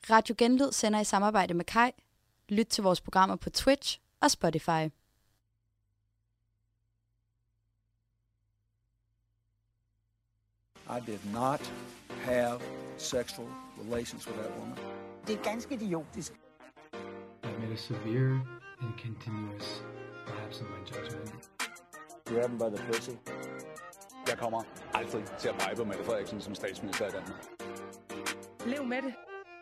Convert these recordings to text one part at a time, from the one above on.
Radio Genlyd sender i samarbejde med Kai. Lyt til vores programmer på Twitch og Spotify. I did not have sexual relations with that woman. Det er ganske idiotisk. I made a severe and continuous lapse in my judgment. Grab him by the pussy. Jeg kommer aldrig til at pege på Mette Frederiksen som statsminister i Danmark. Lev med det.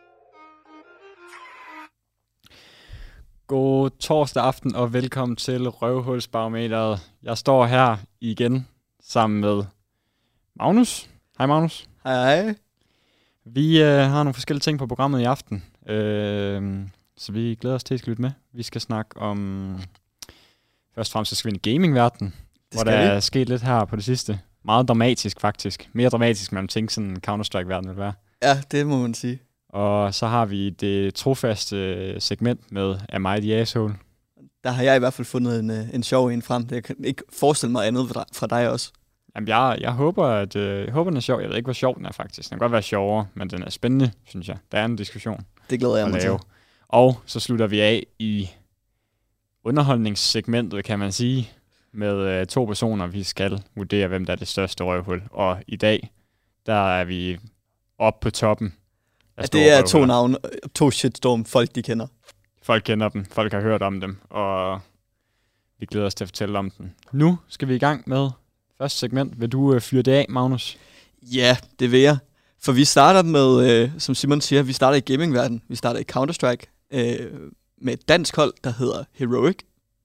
God torsdag aften og velkommen til Røvhulsbarometeret. Jeg står her igen sammen med Magnus. Hej Magnus. Hej. Vi har nogle forskellige ting på programmet i aften, så vi glæder os til at lytte med. Vi skal snakke om, først og fremmest så skal vi i gamingverdenen, hvor der er sket lidt her på det sidste. Meget dramatisk faktisk. Mere dramatisk, end man tænker sådan en Counter-Strike-verden vil være. Ja, det må man sige. Og så har vi det trofaste segment med Am I the Asshole? Der har jeg i hvert fald fundet en sjov en frem. Jeg kan ikke forestille mig andet fra dig også. Jamen, jeg håber, den er sjov. Jeg ved ikke, hvor sjov den er faktisk. Den kan godt være sjovere, men den er spændende, synes jeg. Der er en diskussion. Det glæder jeg mig til. Og så slutter vi af i underholdningssegmentet, kan man sige, med 2 personer, vi skal vurdere, hvem der er det største røvhul. Og i dag, der er vi oppe på toppen. Ja, det er 2 navne, 2 shitstorm, folk de kender. Folk kender dem, folk har hørt om dem, og vi glæder os til at fortælle om den. Nu skal vi i gang med første segment. Vil du fyre det af, Magnus? Ja, det vil jeg. For vi starter med, som Simon siger, vi starter i gamingverdenen. Vi starter i Counter-Strike med et dansk hold, der hedder Heroic.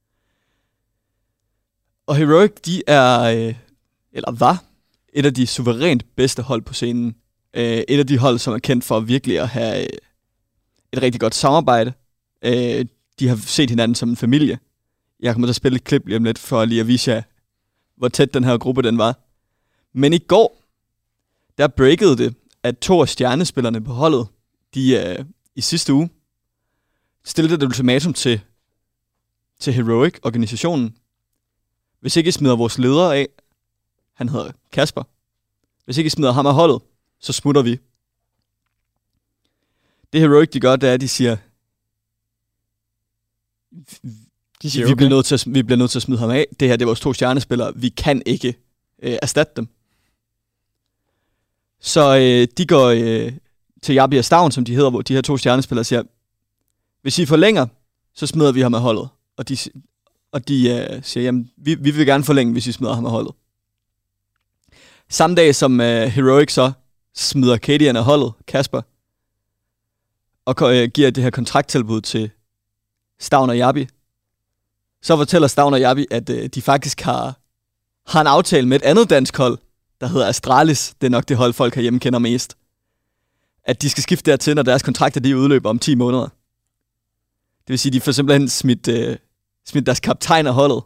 Og Heroic, de er, eller var, et af de suverænt bedste hold på scenen. Et af de hold, som er kendt for virkelig at have et rigtig godt samarbejde. De har set hinanden som en familie. Jeg kommer til at spille et klip lige om lidt, for lige at vise jer, hvor tæt den her gruppe den var. Men i går, der breakede det, at 2 af stjernespillerne på holdet, de i sidste uge, stillede et ultimatum til Heroic, organisationen. Hvis ikke I smider vores leder af, han hedder Kasper, hvis ikke I smider ham af holdet, så smutter vi. Det Heroic, de gør, det er, at de siger, vi bliver nødt til at smide ham af. Det her, det er vores 2 stjernespillere. Vi kan ikke erstatte dem. Så de går til Jabi og Stavn, som de hedder, hvor de her 2 stjernespillere siger, hvis I forlænger, så smider vi ham af holdet. Og de siger, jamen, vi vil gerne forlænge, hvis I smider ham af holdet. Samme dag som Heroic så smider Kadian af holdet, Kasper, og giver det her kontrakttilbud til Stavn og Jabi, så fortæller Stavn og Jabi, at de faktisk har en aftale med et andet dansk hold, der hedder Astralis. Det er nok det hold, folk herhjemme kender mest. At de skal skifte dertil, når deres kontrakter de udløber om 10 måneder. Det vil sige, at de får simpelthen smidt deres kaptajn af holdet.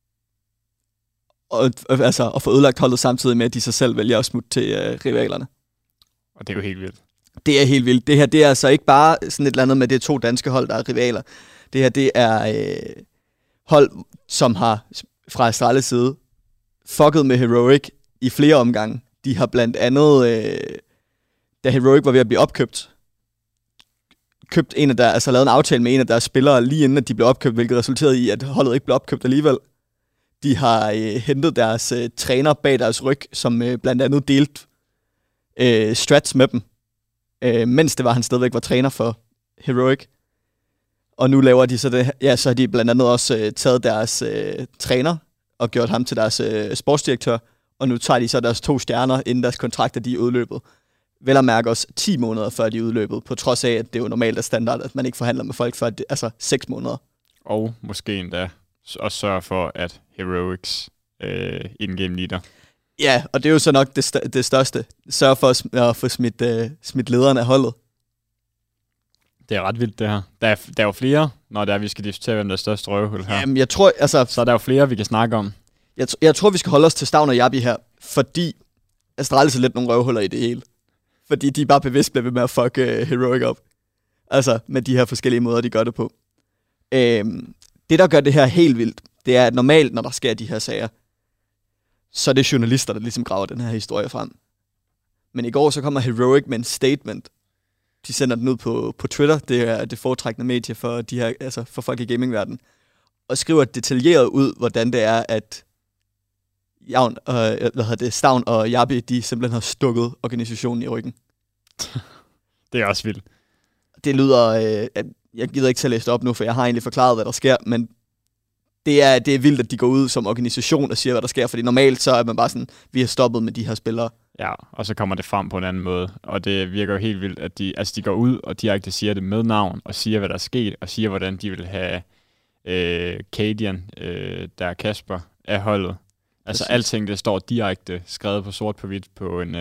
Og få ødelagt holdet samtidig med, at de sig selv vælger at smutte til rivalerne. Og det er jo helt vildt. Det er helt vildt. Det her, det er altså ikke bare sådan et eller andet med, det er 2 danske hold, der er rivaler. Det her, det er hold, som har fra Astralis side fucket med Heroic i flere omgange. De har blandt andet, da Heroic var ved at blive opkøbt, lavet en aftale med en af deres spillere lige inden, at de blev opkøbt, hvilket resulterede i, at holdet ikke blev opkøbt alligevel. De har hentet deres træner bag deres ryg, som blandt andet delte strats med dem, mens det var, han stadigvæk var træner for Heroic. Og nu laver de så det, ja, så har de blandt andet også taget deres træner og gjort ham til deres sportsdirektør, og nu tager de så deres 2 stjerner, inden deres kontrakter de er udløbet. Vel at mærke også 10 måneder før de er udløbet, på trods af, at det er jo normalt af standard, at man ikke forhandler med folk før, altså 6 måneder. Og måske endda også sørge for, at Heroics in-game leader. Ja, og det er jo så nok det største. Sørge for at få smidt lederen af holdet. Det er ret vildt, det her. Der er jo flere, når det er, vi skal diskutere, hvem der er største røvhul her. Jamen, jeg tror, altså, så er der jo flere, vi kan snakke om. Jeg tror, vi skal holde os til Stavn og Jabi her, fordi Astralis er lidt nogle røvhuller i det hele. Fordi de bare bevidst bliver ved med at fuck Heroic op. Altså, med de her forskellige måder, de gør det på. Det, der gør det her helt vildt, det er, at normalt, når der sker de her sager, så er det journalister, der ligesom graver den her historie frem. Men i går så kommer Heroic med en statement, de sender den ud på Twitter, det er det foretrækkende medie for de her, altså for folk i gamingverdenen, og skriver detaljeret ud, hvordan det er, at Stavn og Jabi, de simpelthen har stukket organisationen i ryggen. Det er også vildt. Det lyder, jeg gider ikke til at læse det op nu, for jeg har egentlig forklaret, hvad der sker, men det er vildt, at de går ud som organisation og siger, hvad der sker, fordi normalt så er man bare sådan, vi har stoppet med de her spillere. Ja, og så kommer det frem på en anden måde, og det virker jo helt vildt, at de går ud og direkte siger det med navn, og siger, hvad der er sket, og siger, hvordan de vil have Cadian, der er Kasper, af holdet. Altså alting, det står direkte skrevet på sort på hvidt på en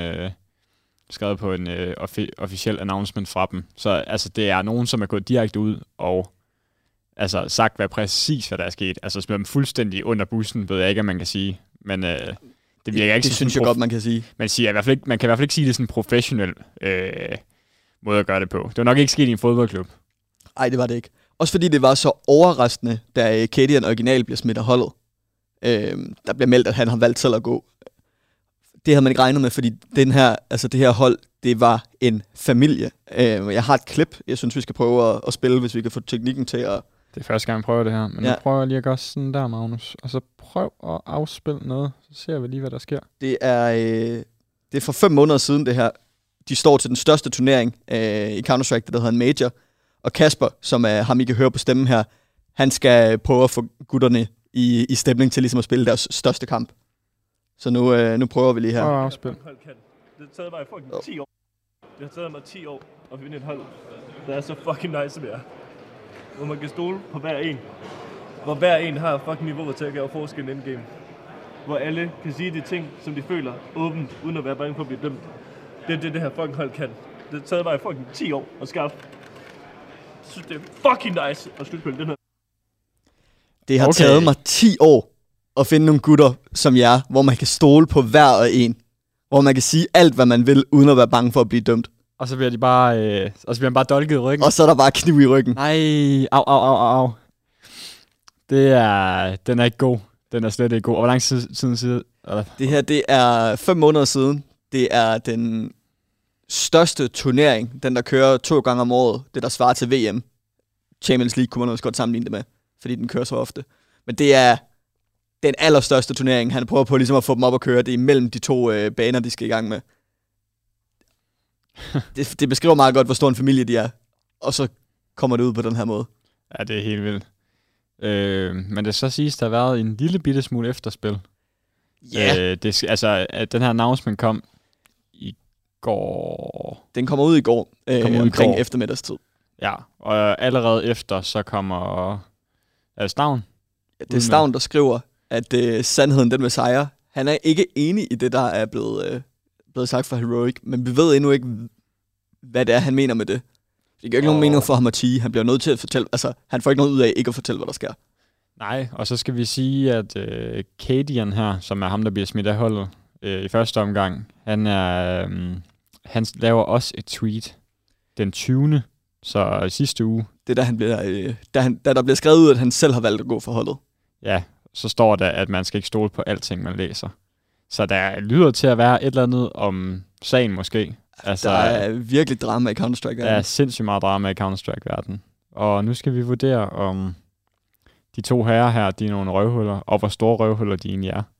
officiel announcement fra dem. Så altså, det er nogen, som er gået direkte ud og altså sagt, hvad der er sket. Altså smider dem fuldstændig under bussen, ved jeg ikke, om man kan sige. Men det virker ikke. Det synes jeg godt, man kan sige. Man kan i hvert fald ikke sige det sådan en professionel måde at gøre det på. Det var nok ikke sket i en fodboldklub. Nej, det var det ikke. Også fordi det var så overraskende, da Cadian original bliver smidt af holdet. Der bliver meldt, at han har valgt selv at gå. Det havde man ikke regnet med, fordi det her hold, det var en familie. Jeg har et klip, jeg synes, vi skal prøve at spille, hvis vi kan få teknikken til at... Det er første gang, jeg prøver det her, men nu prøver jeg lige at gøre sådan der, Magnus. Og så prøv at afspille noget, så ser vi lige, hvad der sker. Det er for 5 måneder siden, det her. De står til den største turnering i Counter-Strike, der hedder en Major. Og Kasper, som er ham, I kan høre på stemmen her, han skal prøve at få gutterne i stemning til ligesom at spille deres største kamp. Så nu prøver vi lige her. Prøv at afspille. Det har taget mig fucking 10 år. Det har taget mig 10 år at finde et hold, der er så fucking nice som jeg er. Hvor man kan stole på hver en. Hvor hver en har fucking niveauet til at gøre forskellen endgame. Hvor alle kan sige de ting, som de føler åbent, uden at være bange for at blive dømt. Det er det her fucking hold kan. Det har taget mig fucking 10 år at skaffe. Jeg synes, det er fucking nice at slutspille den her. Det har taget mig 10 år at finde nogle gutter som jer, hvor man kan stole på hver og en. Hvor man kan sige alt, hvad man vil, uden at være bange for at blive dømt. Og så bliver de bare dolket i ryggen. Og så er der bare kniv i ryggen. Nej, au. Den er ikke god. Den er slet ikke god. Og hvor lang tid siden? Det her, det er 5 måneder siden. Det er den største turnering, den der kører 2 gange om året. Det der svarer til VM. Champions League kunne man også godt sammenligne det med, fordi den kører så ofte. Men det er den allerstørste turnering. Han prøver på ligesom at få dem op at køre. Det er imellem de 2 baner, de skal i gang med. Det beskriver meget godt, hvor stor en familie de er. Og så kommer det ud på den her måde. Ja, det er helt vildt. Men det så siges, der har været en lille bitte smule efterspil. Ja. Den her announcement kom i går. Den kommer ud i går. Omkring eftermiddagstid. Ja, og allerede efter, så kommer Stavn. Ja, det er Stavn, der skriver, at sandheden den vil sejre. Han er ikke enig i det, der er blevet sagt fra Heroic, men vi ved endnu ikke, hvad det er, han mener med det. Det gør ikke nogen mening for ham at tige. Han bliver nødt til at fortælle, altså han får ikke noget ud af ikke at fortælle, hvad der sker. Nej, og så skal vi sige, at Cadian her, som er ham, der bliver smidt af holdet i første omgang, han laver også et tweet den 20. Så sidste uge. Det er da der bliver skrevet ud, at han selv har valgt at gå for holdet. Ja, så står der, at man skal ikke stole på alting, man læser. Så der lyder til at være et eller andet om sagen måske. Altså, der er virkelig drama i Counter-Strike-verdenen. Der er sindssygt meget drama i Counter-Strike-verdenen. Og nu skal vi vurdere, om de 2 herrer her, de er nogle røvhuller, og hvor store røvhuller de egentlig er.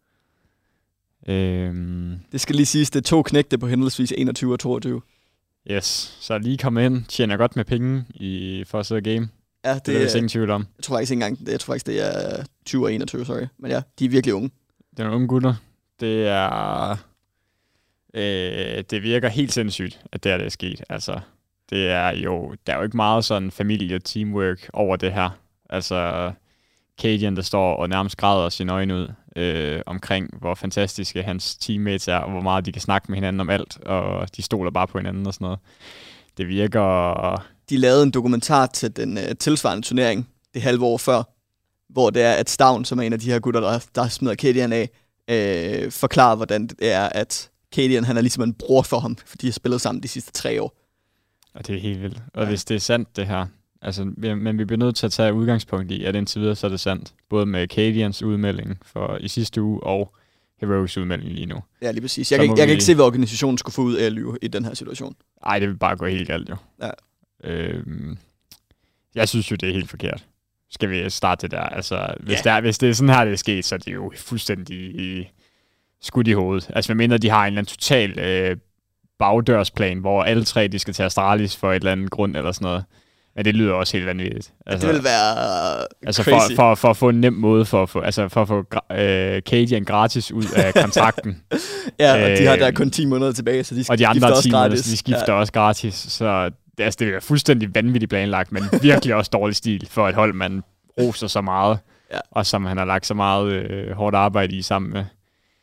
Det skal lige siges, det er 2 knægte på henholdsvis 21 og 22. Yes, så lige komme ind, tjener godt med penge for at sidde og game. Ja, det er ingen tvivl om. Jeg tror faktisk det er 20 og 21, sorry. Men ja, de er virkelig unge. Det er nogle unge gutter. Det virker helt sindssygt, at det er sket. Altså, der er jo ikke meget sådan familie og teamwork over det her. Altså, Cadian, der står og nærmest græder sine øjne ud omkring, hvor fantastiske hans teammates er, og hvor meget de kan snakke med hinanden om alt, og de stoler bare på hinanden og sådan noget. Det virker... De lavede en dokumentar til den tilsvarende turnering, det halve år før, hvor det er, at Stavn, som er en af de her gutter, der smider Cadian af, forklarer, hvordan det er, at Cadian, han er ligesom en bror for ham, for de har spillet sammen de sidste 3 år. Og det er helt vildt. Og hvis det er sandt, det her, altså, men vi bliver nødt til at tage udgangspunkt i, at indtil videre så er det sandt. Både med Cadians udmelding i sidste uge, og heroics udmelding lige nu. Ja, lige præcis. Jeg kan ikke se, hvad organisationen skulle få ud af at lyve i den her situation. Nej, det vil bare gå helt galt jo. Ja. Jeg synes jo, det er helt forkert. Skal vi starte det der? Altså, hvis det er sådan her, det er sket, så er det jo fuldstændig skudt i hovedet. Altså, hvad mindre de har en eller anden total bagdørsplan, hvor alle tre de skal til Astralis for et eller andet grund eller sådan noget. Men det lyder også helt vanvittigt. Altså, det vil være altså crazy. For at få en nem måde for at få Cadian gratis ud af kontrakten. Ja, og de har der kun 10 måneder tilbage, så de skifter og de andre også 10 gratis. De skifter også gratis. Så det er fuldstændig vanvittigt planlagt, men virkelig også dårlig stil for et hold, man roser så meget, og som han har lagt så meget hårdt arbejde i sammen med.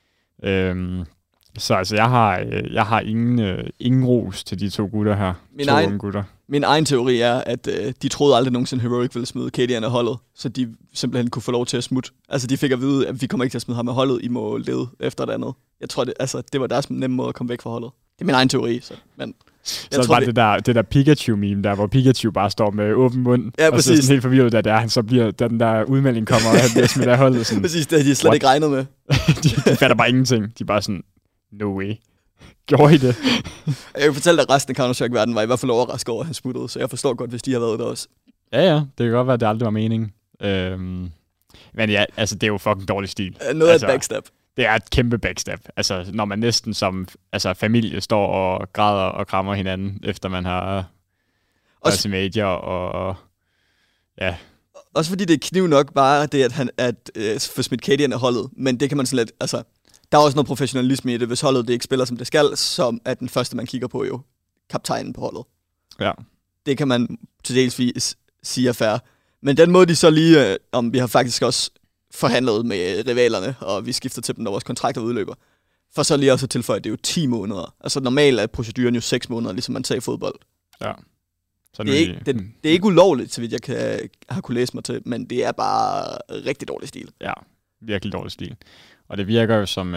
Så altså, jeg har ingen ros til de to gutter her. Min egen teori er, at de troede aldrig nogensinde Heroic ville smide Cadian af holdet, så de simpelthen kunne få lov til at smutte. Altså, de fik at vide, at vi kommer ikke til at smide ham af holdet, I må lede efter det andet. Jeg tror, det var deres nemme måde at komme væk fra holdet. Det er min egen teori, men... Så bare det der Pikachu-meme der, hvor Pikachu bare står med åben mund, ja, og så sådan helt forvirret, da den der udmelding kommer, og han bliver smidt af holdet. Sådan, præcis, det har de slet ikke regnet med. de fatter bare ingenting. De er bare sådan, no way. Gjorde I det? Jeg kan fortælle dig, at resten af Counter-Strike-verdenen var i hvert fald overrasket over, at han smuttede, så jeg forstår godt, hvis de har været der også. Ja, det kan godt være, at det aldrig var meningen. Men ja, altså, det er jo fucking dårlig stil. Noget af et backstab. Det er et kæmpe backstab. Altså, når man næsten som familie står og græder og krammer hinanden, efter man har været til major, og ja. Også fordi det er kniv nok bare det, at få smidt Cadian af holdet, men det kan man sådan lidt, altså, der er også noget professionalisme i det, hvis holdet det ikke spiller, som det skal, som er den første, man kigger på jo, kaptajnen på holdet. Ja. Det kan man til dels sige er fair. Men den måde, de så lige, vi har faktisk også forhandlet med rivalerne, og vi skifter til dem, når vores kontrakter udløber. For så lige også at tilføje, at det er jo 10 måneder. Altså normalt er proceduren jo 6 måneder, ligesom man tager i fodbold. Ja. Så det er ikke ulovligt, så vidt jeg har kunne læse mig til, men det er bare rigtig dårlig stil. Ja, virkelig dårlig stil. Og det virker jo som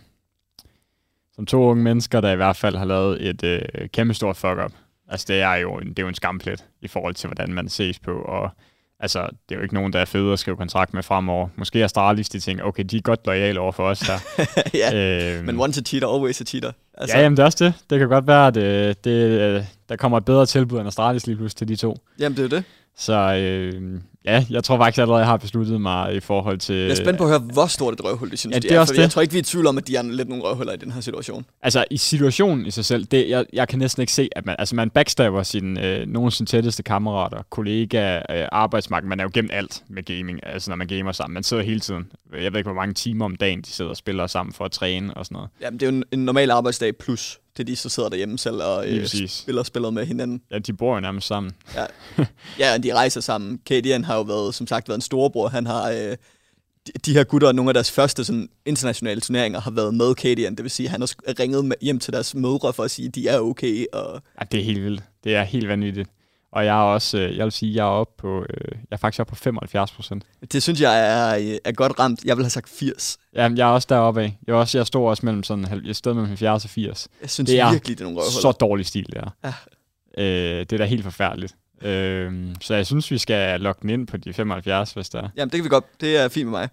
to unge mennesker, der i hvert fald har lavet et kæmpe stort fuck-up. Altså det er jo en skamplet i forhold til, hvordan man ses på, og altså, det er jo ikke nogen, der er fede at skrive kontrakt med fremover. Måske er Astralis, de tænker, okay, de er godt loyale over for os her. Ja, men once a cheater, always a cheater. Altså. Ja, jamen det er også det. Det kan godt være, at der kommer et bedre tilbud end Astralis lige pludselig til de to. Jamen, det er jo det. Så ja, jeg tror faktisk allerede, jeg har besluttet mig i forhold til... Jeg er spændt på at høre, hvor stort et røvhul de synes, det er. For jeg tror ikke, vi er i tvivl om, at de er lidt nogle røvhuller i den her situation. Altså, i situationen i sig selv, jeg kan næsten ikke se, at man backstabber nogle af sine tætteste kammerater, kollegaer, arbejdsmarked. Man er jo gennem alt med gaming, altså når man gamer sammen. Man sidder hele tiden. Jeg ved ikke, hvor mange timer om dagen, de sidder og spiller sammen for at træne og sådan noget. Jamen, det er jo en normal arbejdsdag plus... til de så sidder derhjemme selv og spiller med hinanden. Ja, de bor jo nærmest sammen. Ja, og de rejser sammen. Cadian har jo som sagt været en storebror. Han har de her gutter, nogle af deres første sådan, internationale turneringer, har været med Cadian. Det vil sige, at han har ringet hjem til deres mødre for at sige, at de er okay. Og... Ja, det er helt vildt. Det er helt vanvittigt. Og jeg er også, jeg vil sige, jeg er oppe på, jeg er faktisk oppe på 75%. Det synes jeg er godt ramt. Jeg vil have sagt 80. Ja, jeg er også deroppe af. Jeg står også mellem sådan, jeg stod mellem 70 og 80. Jeg synes det er virkelig, det er nogle røvhuller. Så dårlig stil, det er. Ja. Det er da helt forfærdeligt. Så jeg synes, vi skal logge den ind på de 75, hvis der er. Jamen, det kan vi godt. Det er fint med mig.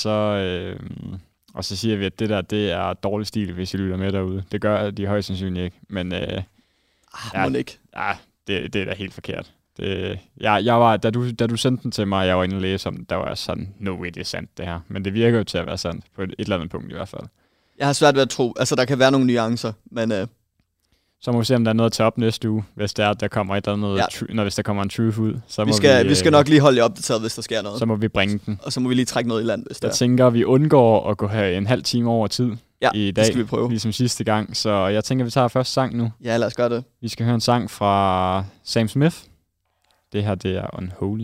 Og så siger vi, at det er dårlig stil, hvis I lytter med derude. Det gør de højst sandsynligt ikke. Men må ikke. Ja, det er da helt forkert. Jeg var, da du sendte den til mig, jeg var inde og læse om den, der var sådan, no way, det er sandt det her. Men det virker jo til at være sandt, på et eller andet punkt i hvert fald. Jeg har svært ved at tro, altså der kan være nogle nuancer, men... Så må vi se, om der er noget at tage op næste uge, hvis der kommer et eller andet, hvis der kommer en truth ud. Så vi skal nok lige holde jer opdateret, hvis der sker noget. Så må vi bringe den. Og så må vi lige trække noget i land, hvis der. Jeg tænker, vi undgår at gå her en halv time over tid i dag, det skal vi prøve. Ligesom sidste gang. Så jeg tænker, vi tager første sang nu. Ja, lad os gøre det. Vi skal høre en sang fra Sam Smith. Det her, det er Unholy.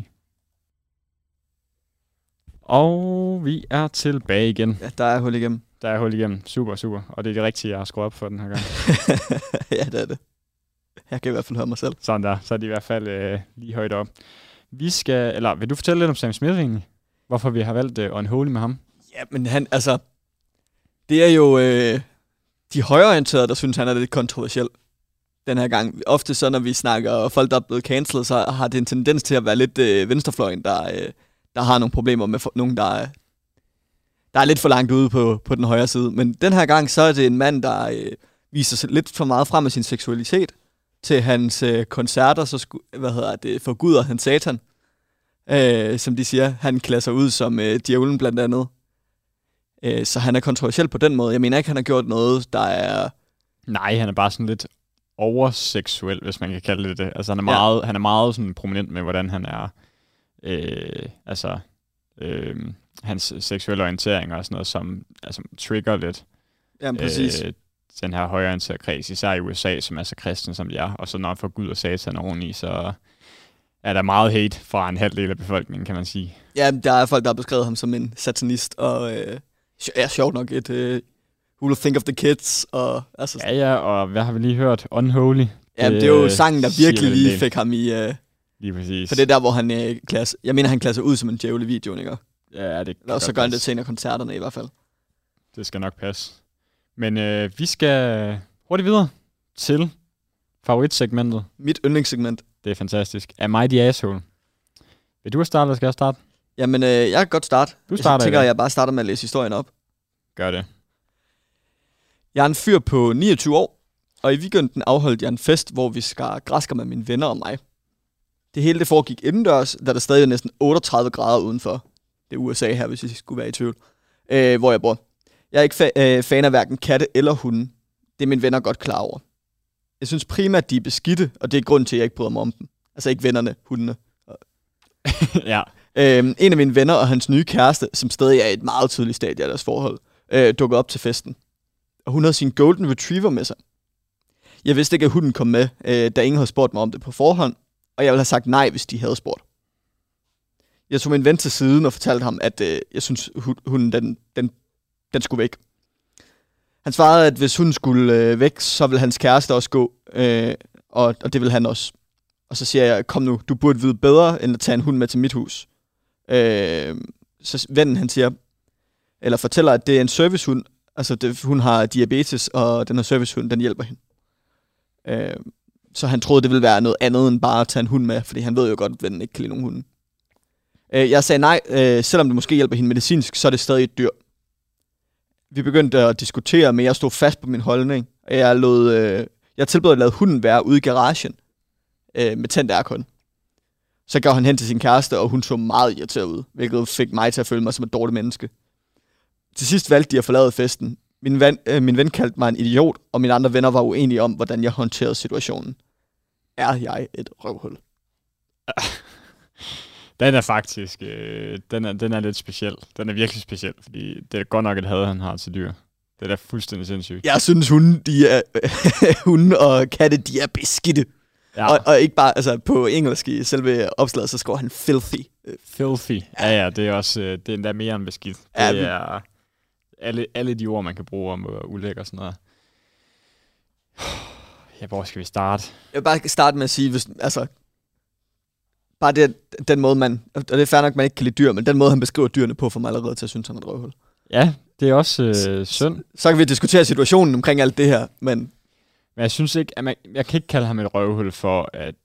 Og vi er tilbage igen. Ja, der er hul igennem. Der er hul igennem. Super, super. Og det er det rigtige, jeg har skruet op for den her gang. Ja, det er det. Jeg kan i hvert fald høre mig selv. Sådan der. Så er det i hvert fald lige højt op. Vil du fortælle lidt om Sam Smith egentlig? Hvorfor vi har valgt Unholy med ham? Ja, men det er jo de højreorienterede, der synes, han er lidt kontroversiel den her gang. Ofte så, når vi snakker folk, der er blevet cancelled, så har det en tendens til at være lidt venstrefløjen, der har nogle problemer med nogen, der der er lidt for langt ude på den højre side. Men den her gang, så er det en mand, der viser sig lidt for meget frem af sin seksualitet. Til hans koncerter, så forguder han satan. Som de siger, han klæder sig ud som djævlen blandt andet. Så han er kontroversiel på den måde. Jeg mener ikke, han har gjort noget, der er... Nej, han er bare sådan lidt overseksuel, hvis man kan kalde det det. Altså han er meget sådan prominent med, hvordan han er... hans seksuelle orientering og sådan noget, som trigger lidt. Ja, præcis. Den her højreorienterede kreds, især i USA, som er så kristen, som de er. Og så når for Gud og satan oveni, så er der meget hate fra en halv del af befolkningen, kan man sige. Ja, der er folk, der har beskrevet ham som en satanist, og sjovt nok et who will think of the kids. Og, altså, ja, og hvad har vi lige hørt? Unholy. Ja, det er jo sangen, der virkelig lige fik ham i... lige præcis. For det er der, hvor han jeg mener, han klæder sig ud som en djævel i videoen, ikke? Ja, det og så gør han det til en af koncerterne i hvert fald. Det skal nok passe. Men vi skal hurtigt videre til favoritsegmentet. Mit yndlingssegment. Det er fantastisk. Am I the asshole? Vil du starte, eller skal jeg starte? Jamen, jeg kan godt starte. Du starter. Jeg tænker, jeg bare starter med at læse historien op. Gør det. Jeg er en fyr på 29 år, og i weekenden afholdt jeg en fest, hvor vi skar græsker med mine venner og mig. Det hele det foregik indendørs, da der stadig er næsten 38 grader udenfor. Det er USA her, hvis I skulle være i tvivl. Hvor jeg bor. Jeg er ikke fan af hverken katte eller hunde. Det er mine venner godt klar over. Jeg synes primært, de er beskidte, og det er grunden til, at jeg ikke bryder mig om dem. Altså ikke vennerne, hundene. Ja. En af mine venner og hans nye kæreste, som stadig er i et meget tydeligt stadie af deres forhold, dukkede op til festen. Og hun havde sin golden retriever med sig. Jeg vidste ikke, at hunden kom med, da ingen havde spurgt mig om det på forhånd, og jeg ville have sagt nej, hvis de havde spurgt. Jeg tog min ven til siden og fortalte ham, at jeg synes, hunden den skulle væk. Han svarede, at hvis hunden skulle væk, så ville hans kæreste også gå, og det ville han også. Og så siger jeg, kom nu, du burde vide bedre, end at tage en hund med til mit hus. Så vennen, han siger, eller fortæller, at det er en servicehund. Altså, hun har diabetes, og den her servicehund, den hjælper hende. Så han troede, det ville være noget andet, end bare at tage en hund med, fordi han ved jo godt, at vennen ikke kan lide nogen hunde. Jeg sagde nej, selvom det måske hjælper hende medicinsk, så er det stadig et dyr. Vi begyndte at diskutere, men jeg stod fast på min holdning. Jeg tilbød at lade hunden være ude i garagen med tændt aircon. Så gav han hen til sin kæreste, og hun så meget irriteret ud, hvilket fik mig til at føle mig som et dårligt menneske. Til sidst valgte de at forlade festen. Min ven kaldte mig en idiot, og mine andre venner var uenige om, hvordan jeg håndterede situationen. Er jeg et røvhul? Den er faktisk, den er lidt speciel. Den er virkelig speciel, fordi det er godt nok et had, han har til dyr. Det er da fuldstændig sindssygt. Jeg synes, hunde og katte, de er beskidte. Ja. Og ikke bare, altså på engelsk i selve opslaget, så skriver han filthy. Filthy. Ja, det er også, det er endda mere end beskidt. Ja, det er alle de ord, man kan bruge om ulækker og sådan noget. Ja, hvor skal vi starte? Jeg vil bare starte med at sige, bare det, den måde man, og det er fair nok, at man ikke kan lide dyr, men den måde, han beskriver dyrene på, får mig allerede til at synes, han er et røvhul. Ja, det er også synd. Så kan vi diskutere situationen omkring alt det her, men jeg synes ikke, at jeg kan ikke kalde ham et røvhul for, at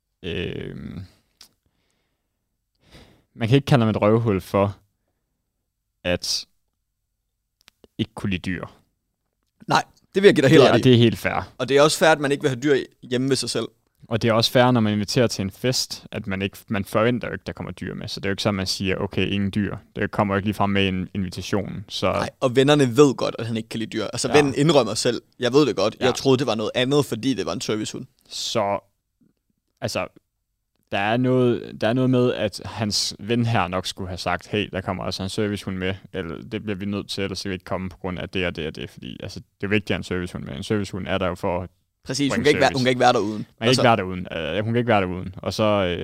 man kan ikke kalde ham et røvhul for, at ikke kunne lide dyr. Nej, det vil jeg give dig helt ret i. Og det er helt fair. Og det er også fair, at man ikke vil have dyr hjemme ved sig selv. Og det er også fair, når man inviterer til en fest, at man forventer jo ikke, der kommer dyr med. Så det er jo ikke sådan, man siger, okay, ingen dyr. Det kommer jo ikke lige frem med en invitation. Så nej, og vennerne ved godt, at han ikke kan lide dyr. Altså, vennen indrømmer selv. Jeg ved det godt. Ja. Jeg troede, det var noget andet, fordi det var en servicehund. Så, altså, der er noget med, at hans ven her nok skulle have sagt, hey, der kommer også en servicehund med, eller det bliver vi nødt til, ellers skal vi ikke komme på grund af det og det og det, fordi altså, det er vigtigt, at have en servicehund med. En servicehund er der jo for. Præcis, hun kan ikke være der uden. Hun kan ikke være der uden. Og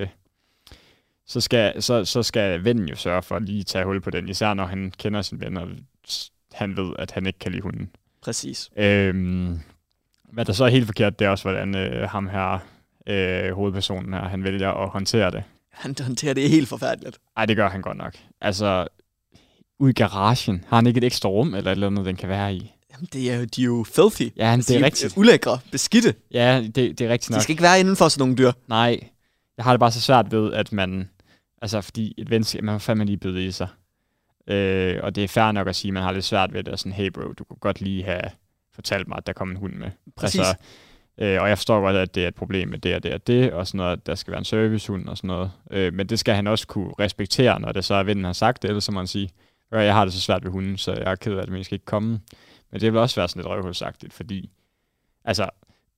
så skal vennen jo sørge for at lige tage hul på den, især når han kender sin ven, og han ved, at han ikke kan lide hunden. Præcis. Hvad der så er helt forkert, det er også, hvordan ham her, hovedpersonen her, han vælger at håndtere det. Han håndterer det helt forfærdeligt. Ej, det gør han godt nok. Altså, ude i garagen, har han ikke et ekstra rum, eller et eller andet, den kan være i? Jamen, de er jo filthy. Ja, det er rigtigt. Ulækre, beskidte. Ja, det er rigtigt nok. De skal ikke være inden for sådan nogle dyr. Nej, jeg har det bare så svært ved, at man, altså fordi et venskab, man har fandme lige bydet i sig. Og det er fair nok at sige, at man har lidt svært ved det, og sådan, hey bro, du kunne godt lige have fortalt mig, at der kom en hund med. Præcis. Altså, og jeg forstår godt, at det er et problem med det og det og det, og sådan noget, der skal være en servicehund og sådan noget. Men det skal han også kunne respektere, når det så er vennen har sagt det, ellers så må man sige, jeg har det så svært ved hunden, så jeg er ked af, at det skal ikke komme. Men det vil også være sådan lidt røvhulsagtigt, fordi, altså,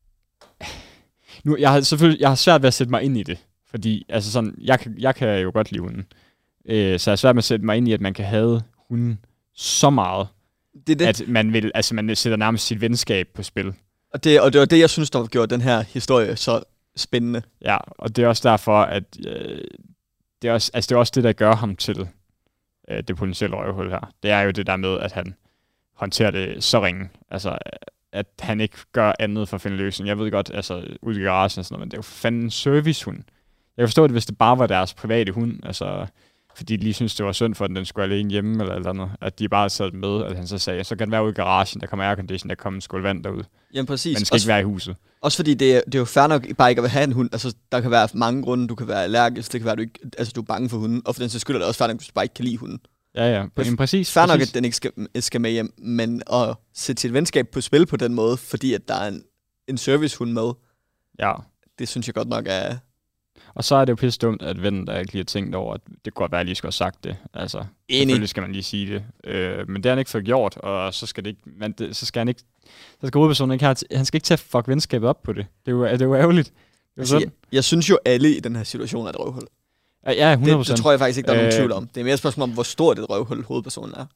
nu, jeg har svært ved at sætte mig ind i det, fordi, altså sådan, jeg kan jo godt lide hunden. Så jeg er svært med at sætte mig ind i, at man kan have hunden så meget, at man sætter nærmest sit venskab på spil. Og det var det, jeg synes, der gjorde den her historie så spændende. Ja, og det er også derfor, at det er også det, der gør ham til det potentielle røvhul her. Det er jo det der med, at han håndterer det så ringe. Altså, at han ikke gør andet for at finde løsning. Jeg ved godt, altså ude i garagen og sådan noget, men det er jo fandme en servicehund. Jeg kan forstå det, hvis det bare var deres private hund, altså fordi de lige synes, det var synd for den skulle alene hjemme eller andet, at de bare sad med, at han så sagde, så kan den være ude i garagen, der kommer aircondition, der kommer en skål vand derude. Jamen præcis. Men den skal ikke være i huset. Også fordi det er jo fair nok bare ikke at have en hund. Altså, der kan være mange grunde, du kan være allergisk, det kan være, du ikke, altså du er bange for hunden, og for den så skylder det også fair nok, hvis du bare ikke kan lide hunden. Ja, præcis. Fair nok, at den ikke skal med hjem, men at sætte sit venskab på spil på den måde, fordi at der er en servicehund med, ja, det synes jeg godt nok er... Og så er det jo pisse dumt, at vennen der ikke lige har tænkt over, at det kunne godt være, at jeg lige skulle have sagt det. Altså, selvfølgelig skal man lige sige det. Men det har han ikke fået gjort, og så skal det ikke... Så skal hovedpersonen ikke han skal ikke tage fuck venskabet op på det. Det er jo ærgerligt. Jeg synes jo, alle i den her situation er et røvhul. Ja, 100%. Det tror jeg faktisk ikke, der er nogen tvivl om. Det er mere et spørgsmål om, hvor stort et røvhul hovedpersonen er.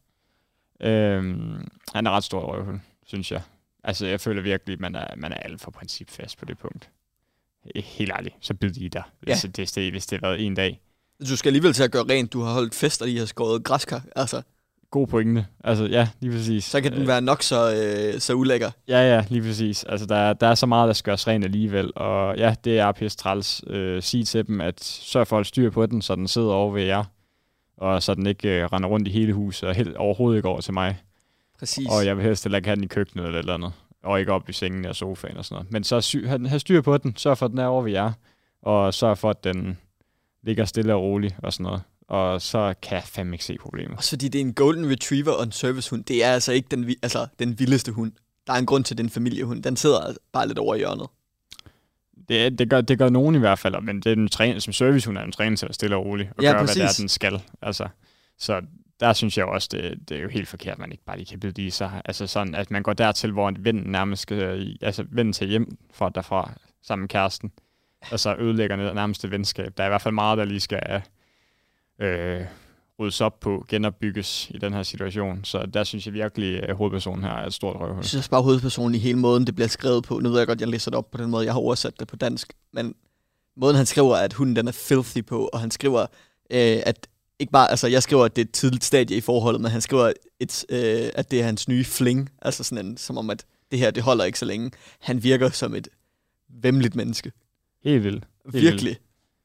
Han er ret stort røvhul, synes jeg. Altså, jeg føler virkelig, at man er alt for principfast på det punkt. Helt ærligt, så bid I der, hvis det har været en dag. Du skal alligevel til at gøre rent. Du har holdt fest, og de har skåret græskar. Altså. God pointe. Altså, ja, lige præcis. Så kan den være nok så ulækker. Ja, lige præcis. Altså, der er så meget, der skal gøres rent alligevel. Og ja, det er pisse træls. Sige til dem, at sørg for at holde styr på den, så den sidder over ved jer. Og så den ikke render rundt i hele huset, og overhovedet ikke over til mig. Præcis. Og jeg vil helst heller ikke have den i køkkenet eller et eller andet. Og ikke op i sengen og sofaen og sådan noget. Men så have styr på den. Sørg for, at den er over ved jer. Og sørg for, at den ligger stille og rolig og sådan noget. Og så kan jeg fandme ikke se problemer. Også fordi det er en golden retriever og en servicehund. Det er altså ikke den vildeste hund. Der er en grund til den familiehund. Den sidder bare lidt over i hjørnet. Det gør nogen i hvert fald. Men det er den træner, som servicehund er en træner til at stille og roligt. Og gøre, hvad det er, den skal. Altså, så der synes jeg også, det er jo helt forkert, at man ikke bare lige kan bide i sig. Altså sådan, at man går dertil, hvor en ven nærmest skal vende til hjem for derfra sammen med kæresten. Og så ødelægger nærmest det venskab. Der er i hvert fald meget, der lige skal ryddes op på, genopbygges i den her situation. Så der synes jeg virkelig, at hovedpersonen her er et stort røvhul. Jeg synes bare, hovedpersonen i hele måden, det bliver skrevet på. Nu ved jeg godt, jeg læser det op på den måde, jeg har oversat det på dansk. Men måden, han skriver, at hunden den er filthy på, og han skriver, at ikke bare, altså jeg skriver, at det er et tidligt stadie i forholdet, men han skriver, at det er hans nye fling. Altså sådan som om, at det her, det holder ikke så længe. Han virker som et væmmeligt menneske. Helt vildt. Virkelig.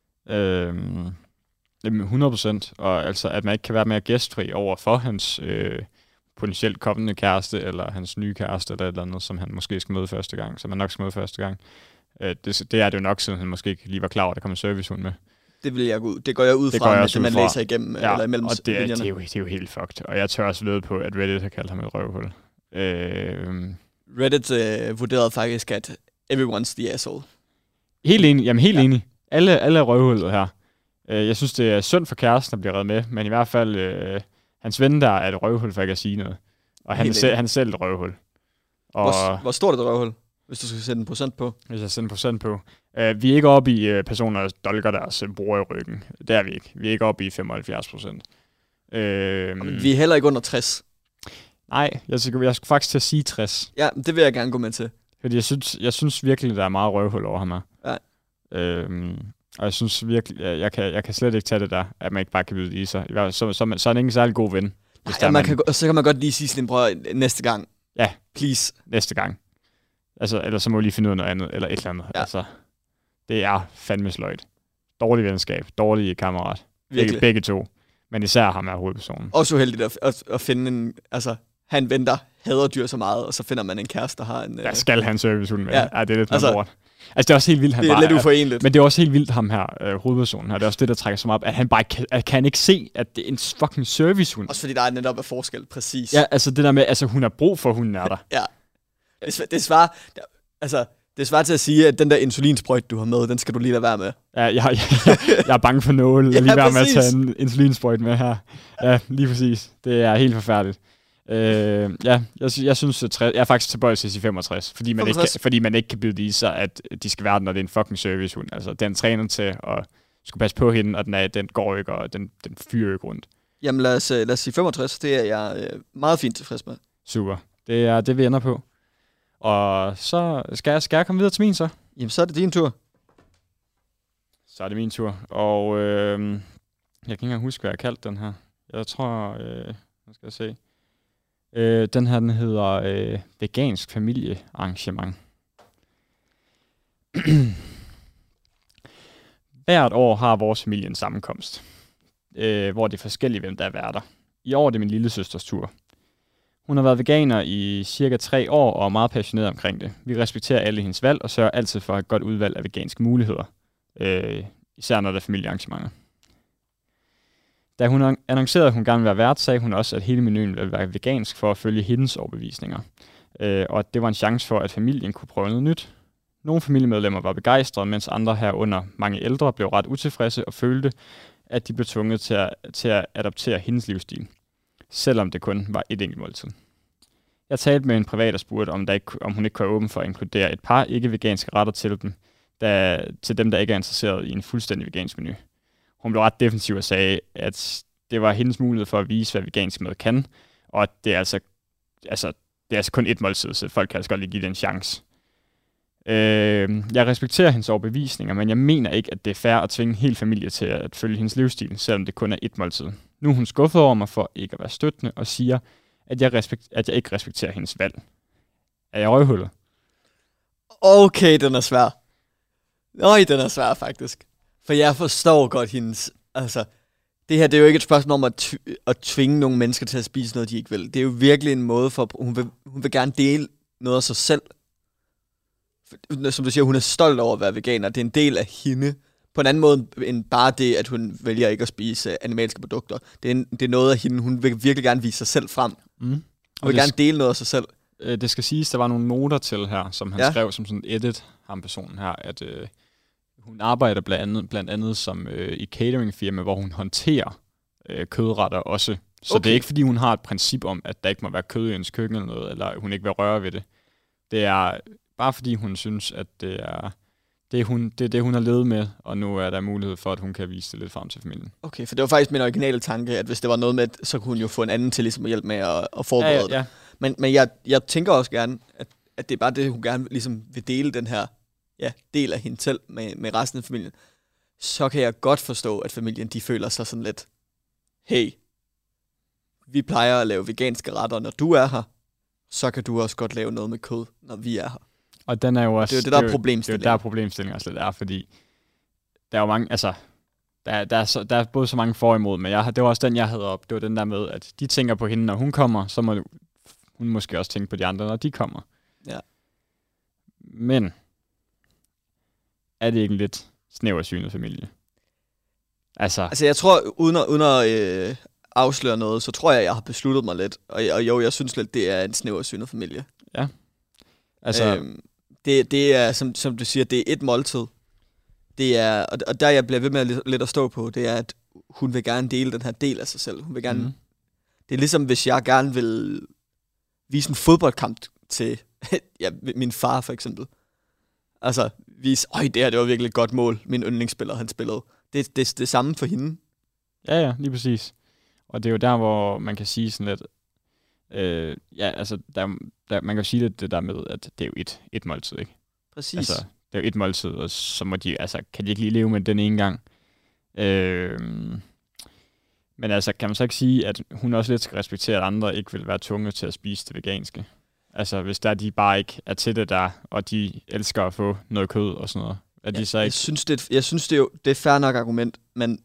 100%. Og altså, at man ikke kan være mere gæstfri over for hans potentielt kommende kæreste, eller hans nye kæreste, eller et eller andet, som han måske skal møde første gang, som han nok skal møde første gang. Det er det jo nok, siden han måske ikke lige var klar over, at der kom en servicehund med. Det går jeg ud fra, det man læser igennem, eller imellem og det er jo helt fucked. Og jeg tør også løbe på, at Reddit har kaldt ham et røvhul. Reddit vurderede faktisk, at everyone's the asshole. Helt enig. Jamen helt enig. Alle er røvhullet her. Jeg synes, det er synd for kæresten at blive reddet med, men i hvert fald hans ven der er et røvhul, for ikke at sige noget. Og han er selv et røvhul. Og hvor stort er et røvhul, hvis du skal sætte en procent på? Hvis jeg sætter en procent på. Vi er ikke oppe i personer, der dolker deres bror i ryggen. Det er vi ikke. Vi er ikke oppe i 75%. Vi er heller ikke under 60. Nej, jeg skulle faktisk til at sige 60. Ja, det vil jeg gerne gå med til. Fordi jeg synes virkelig, der er meget røvhul over ham her. Ja. Og jeg synes virkelig, jeg kan slet ikke tage det der, at man ikke bare kan byde i sig. Så er han ikke en særlig god ven. Så kan man godt lige sige sådan, bror, næste gang. Ja. Please. Næste gang. Altså, eller så må vi lige finde ud af noget andet, eller et eller andet. Ja. Altså, det er fandme sløjt. Dårlig venskab, dårlig kammerat. Begge to. Men især ham er hovedpersonen. Også uheldigt at finde have en ven, der hader dyr så meget, og så finder man en kæreste, der har en... Der skal have en servicehund med. Ja, det er lidt lort. Altså, det er også helt vildt, det er lidt uforeneligt. Men det er også helt vildt, ham her, hovedpersonen her. Det er også det, der trækker sig op, at han bare kan ikke se, at det er en fucking servicehund. Også fordi der er netop af forskel, præcis. Ja, altså det der med, altså hun har brug for, hunden er der. Ja. Det svarer til at sige, at den der insulinsprøjt, du har med, den skal du lige lade være med. Ja, jeg er bange for nåle. Ja, lige være med at præcis. tage en insulinsprøjt med her. Ja, lige præcis. Det er helt forfærdeligt. Jeg synes, jeg er faktisk tilbøjelig til at sige 65, fordi man ikke kan byde i sig, at de skal være der, når det er en fucking servicehund. Altså, den træner til at skulle passe på hende, og den går ikke, og den fyrer ikke rundt. Jamen lad os sige 65, det er jeg meget fint tilfreds med. Super. Det er det, vi ender på. Og så skal jeg komme videre til min så? Jamen, så er det din tur. Så er det min tur. Og jeg kan ikke engang huske, hvad jeg kaldte den her. Jeg tror, nu skal jeg se. Den her, den hedder vegansk familiearrangement. Hvert år har vores familie en sammenkomst, hvor det er forskelligt, hvem der er værter. I år er det min lille søsters tur. Hun har været veganer i cirka 3 år og er meget passioneret omkring det. Vi respekterer alle hendes valg og sørger altid for et godt udvalg af veganske muligheder. Især når der er familiearrangementer. Da hun annoncerede, at hun gerne ville være vært, sagde hun også, at hele menuen ville være vegansk for at følge hendes overbevisninger. Og at det var en chance for, at familien kunne prøve noget nyt. Nogle familiemedlemmer var begejstrede, mens andre herunder mange ældre blev ret utilfredse og følte, at de blev tvunget til at adoptere hendes livsstil, selvom det kun var et enkelt måltid. Jeg talte med en privat og spurgte, om hun ikke kunne være åben for at inkludere et par ikke-veganske retter til dem, der ikke er interesseret i en fuldstændig vegansk menu. Hun blev ret defensiv og sagde, at det var hendes mulighed for at vise, hvad vegansk mad kan, og at det er altså kun et måltid, så folk kan altså godt lige give det en chance. Jeg respekterer hendes overbevisninger, men jeg mener ikke, at det er fair at tvinge en hel familie til at følge hendes livsstil, selvom det kun er et måltid. Nu er hun skuffet over mig for ikke at være støttende og siger, at jeg ikke respekterer hendes valg. Er jeg røvhullet? Okay, den er svær. Den er svær faktisk. For jeg forstår godt hendes... Altså, det her det er jo ikke et spørgsmål om at tvinge nogle mennesker til at spise noget, de ikke vil. Det er jo virkelig en måde for... Hun vil gerne dele noget af sig selv. Som du siger, hun er stolt over at være veganer. Det er en del af hende. På en anden måde end bare det, at hun vælger ikke at spise animalske produkter. Det er noget af hende. Hun vil virkelig gerne vise sig selv frem. Hun vil gerne dele noget af sig selv. Det skal siges, der var nogle noter til her, som han skrev som sådan edit, ham personen her, at hun arbejder blandt andet som i cateringfirma, hvor hun håndterer kødretter også. Så det er ikke, fordi hun har et princip om, at der ikke må være kød i hendes køkken eller noget, eller hun ikke vil røre ved det. Det er bare fordi hun synes, at det er det, hun har levet med, og nu er der mulighed for, at hun kan vise det lidt frem til familien. Okay, for det var faktisk min originale tanke, at hvis det var noget med, så kunne hun jo få en anden til ligesom at hjælpe med at forberede det. Men jeg tænker også gerne, at det er bare det, hun gerne ligesom vil dele den her del af hende selv med resten af familien. Så kan jeg godt forstå, at familien de føler sig sådan lidt, hey, vi plejer at lave veganske retter, når du er her, så kan du også godt lave noget med kød, når vi er her. Og den er jo også... Det er jo det, der er problemstillingen. Det er jo der problemstillingen også lidt er, fordi der er jo mange... Altså, der er både så mange for og imod, men det var også den, jeg havde op. Det var den der med, at de tænker på hende, når hun kommer, så må hun måske også tænke på de andre, når de kommer. Ja. Men er det ikke en lidt snæversynet familie? Altså jeg tror, uden at afsløre noget, så tror jeg har besluttet mig lidt. Og jo, jeg synes lidt, det er en snæversynet familie. Ja. Altså... Det er, som du siger, det er et måltid. Det er, og der jeg bliver ved med lidt at stå på, det er, at hun vil gerne dele den her del af sig selv. Hun vil gerne... Det er ligesom, hvis jeg gerne vil vise en fodboldkamp til min far, for eksempel. Altså, vise, det var virkelig et godt mål, min yndlingsspiller, han spillede. Det er det samme for hende. Ja, lige præcis. Og det er jo der, hvor man kan sige sådan lidt... man kan jo sige det der med, at det er jo et måltid, ikke? Præcis. Altså, det er jo et måltid, og så må kan de ikke lige leve med den ene gang. Men altså, kan man så ikke sige, at hun også lidt skal respektere, at andre ikke vil være tvunget til at spise det veganske? Altså, hvis der de bare ikke er til det der, og de elsker at få noget kød og sådan noget. Er de så ikke... Jeg synes det er fair nok argument, men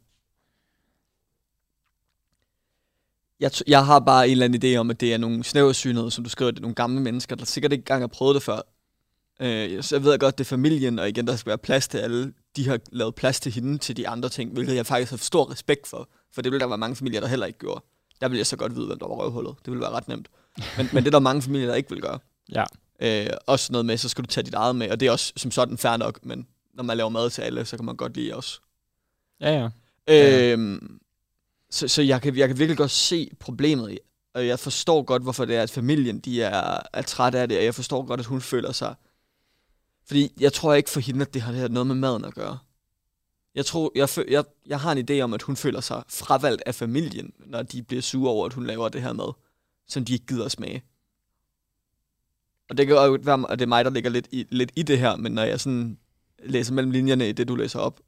jeg har bare en eller anden idé om, at det er nogle snæversynede, som du skriver, det er nogle gamle mennesker, der sikkert ikke engang har prøvet det før. Så jeg ved godt, det er familien, og igen, der skal være plads til alle. De har lavet plads til hende til de andre ting, hvilket jeg faktisk har stor respekt for. For det ville der være mange familier, der heller ikke gjorde. Der ville jeg så godt vide, hvem der var røvhullet. Det ville være ret nemt. Men det er der mange familier, der ikke vil gøre. Ja. Også noget med, så skal du tage dit eget med, og det er også som sådan fair nok, men når man laver mad til alle, så kan man godt lide også. Ja. Så jeg kan virkelig godt se problemet i, og jeg forstår godt, hvorfor det er, at familien de er træt af det, og jeg forstår godt, at hun føler sig. Fordi jeg tror ikke for hende, at det har noget med maden at gøre. Jeg har en idé om, at hun føler sig fravalgt af familien, når de bliver sure over, at hun laver det her mad, som de ikke gider smage. Og det kan jo være, at det er mig, der ligger lidt i det her, men når jeg sådan læser mellem linjerne i det, du læser op.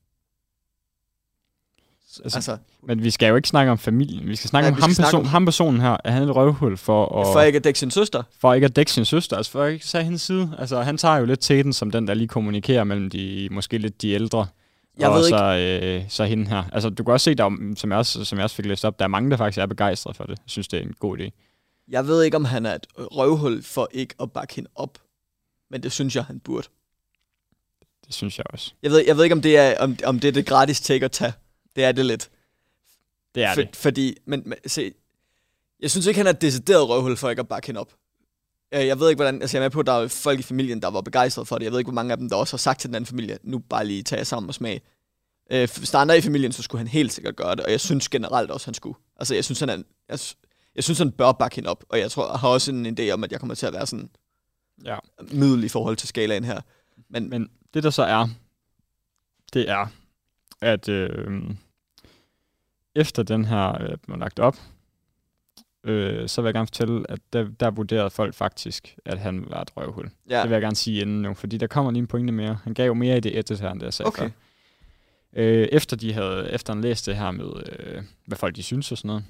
Altså, men vi skal jo ikke snakke om familien. Vi skal snakke om ham personen her. Er han et røvhul for ikke at dække sin søster? For ikke at dække sin søster. Altså for ikke at tage hendes side. Altså han tager jo lidt teten som den, der lige kommunikerer mellem måske lidt de ældre. Jeg ved så hende her. Altså du kan også se, der, som jeg også fik læst op, der er mange, der faktisk er begejstrede for det. Jeg synes, det er en god idé. Jeg ved ikke, om han er et røvhul for ikke at bakke hende op. Men det synes jeg, han burde. Det synes jeg også. Jeg ved ikke, om det er det gratis take at tage. Det er det lidt. Det er det. Fordi, men se, jeg synes ikke, han er et decideret røvhul for ikke at bakke hende op. Jeg ved ikke, hvordan, altså jeg er med på, at der er folk i familien, der var begejstrede for det. Jeg ved ikke, hvor mange af dem, der også har sagt til den anden familie, nu bare lige tage sammen og smage. Hvis der er andre i familien, så skulle han helt sikkert gøre det, og jeg synes generelt også, han skulle. Altså, jeg synes, han bør bakke hende op, og jeg tror, jeg har også en idé om, at jeg kommer til at være sådan middel i forhold til skalaen her. Men det, der så er, det er, at efter den her blev lagt op, så vil jeg gerne fortælle, at der vurderede folk faktisk, at han var et røvhul. Ja. Det vil jeg gerne sige inden nu, fordi der kommer lige en pointe mere. Han gav jo mere i det ettet her, end det jeg sagde før. Efter han læste det her med, hvad folk de synes og sådan noget,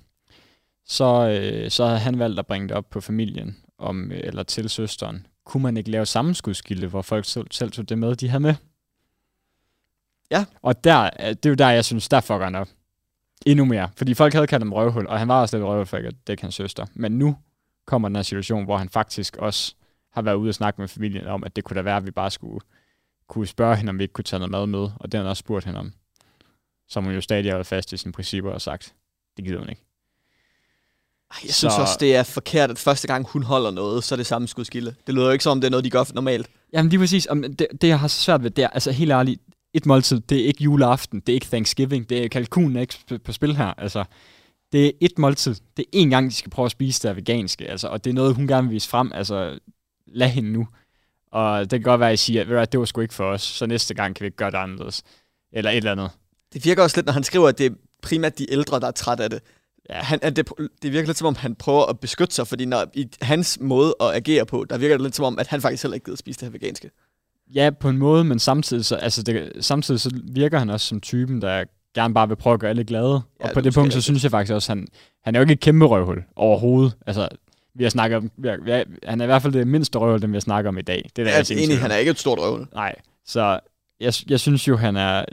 så havde han valgt at bringe det op på familien, eller til søsteren. Kunne man ikke lave sammenskudskilde, hvor folk selv tog det med, de havde med? Ja. Og det er jo der, jeg synes, der fucker han op. Endnu mere. Fordi folk havde kaldt ham røvhul, og han var også lidt røvhul for ikke at dække hans søster. Men nu kommer den her situation, hvor han faktisk også har været ude og snakke med familien om, at det kunne da være, at vi bare kunne spørge hende, om vi ikke kunne tage noget mad med. Og det har han også spurgt hende om. Som hun jo stadig har været fast i sine principper og sagt, det gider hun ikke. Jeg synes også, det er forkert, at første gang hun holder noget, så er det samme skudskilde. Det lyder jo ikke som om, det er noget, de gør normalt. Jamen lige præcis. Det jeg har så svært ved, det er, altså helt ærligt, et måltid, det er ikke juleaften, det er ikke Thanksgiving, det er kalkunen ikke på spil her. Altså, det er et måltid. Det er én gang, de skal prøve at spise det veganske. Altså, og det er noget, hun gerne vil vise frem. Altså, lad hende nu. Og det kan godt være, at I siger, at det var sgu ikke for os, så næste gang kan vi ikke gøre det anderledes. Eller et eller andet. Det virker også lidt, når han skriver, at det er primært de ældre, der er træt af det. Ja. Det virker lidt som om, han prøver at beskytte sig, fordi når i hans måde at agere på, der virker det lidt som om, at han faktisk heller ikke gider spise det her veganske. Ja, på en måde, men samtidig så virker han også som typen, der gerne bare vil prøve at gøre alle glade. Ja, og på det punkt, så synes jeg faktisk også, han er jo ikke et kæmpe røvhul overhovedet. Altså, vi har snakket om, han er i hvert fald det mindste røvhul, den vi har snakket om i dag. Det er enig, han er ikke et stort røvhul. Nej, så jeg synes jo,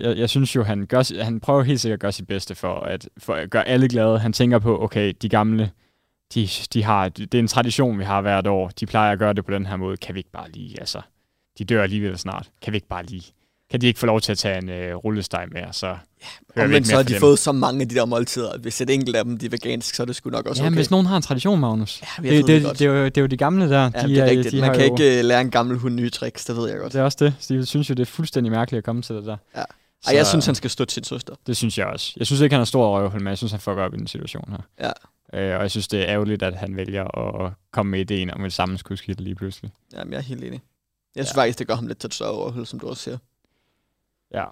han prøver helt sikkert at gøre sit bedste for at gøre alle glade. Han tænker på, okay, de gamle, det er en tradition, vi har hvert år. De plejer at gøre det på den her måde. Kan vi ikke bare lige, altså, de dør alligevel snart. Kan vi ikke bare lige, kan de ikke få lov til at tage en rullesteg med, så men så har de fået så mange af de der måltider, at hvis et enkelt af dem de er vegansk, så er det sgu nok også okay. Ja, hvis nogen har en tradition, Magnus. Ja, det er jo de gamle der. Ja, det er rigtigt. Man kan ikke lære en gammel hund nye tricks, det ved jeg godt. Det er også det. Så jeg synes jo, det er fuldstændig mærkeligt at komme til det der. Ja. Ej, jeg synes, han skal støtte sin søster. Det synes jeg også. Jeg synes ikke, han er stor røvhul, men jeg synes, han fucker op i den situation her. Ja. Og jeg synes, det er ærgerligt, at han vælger at komme med ideen om et sammenskudskilde lige pludselig. Jamen, jeg er helt enig. Jeg synes faktisk, det gør ham lidt til et større røvhul, som du også siger. Ja.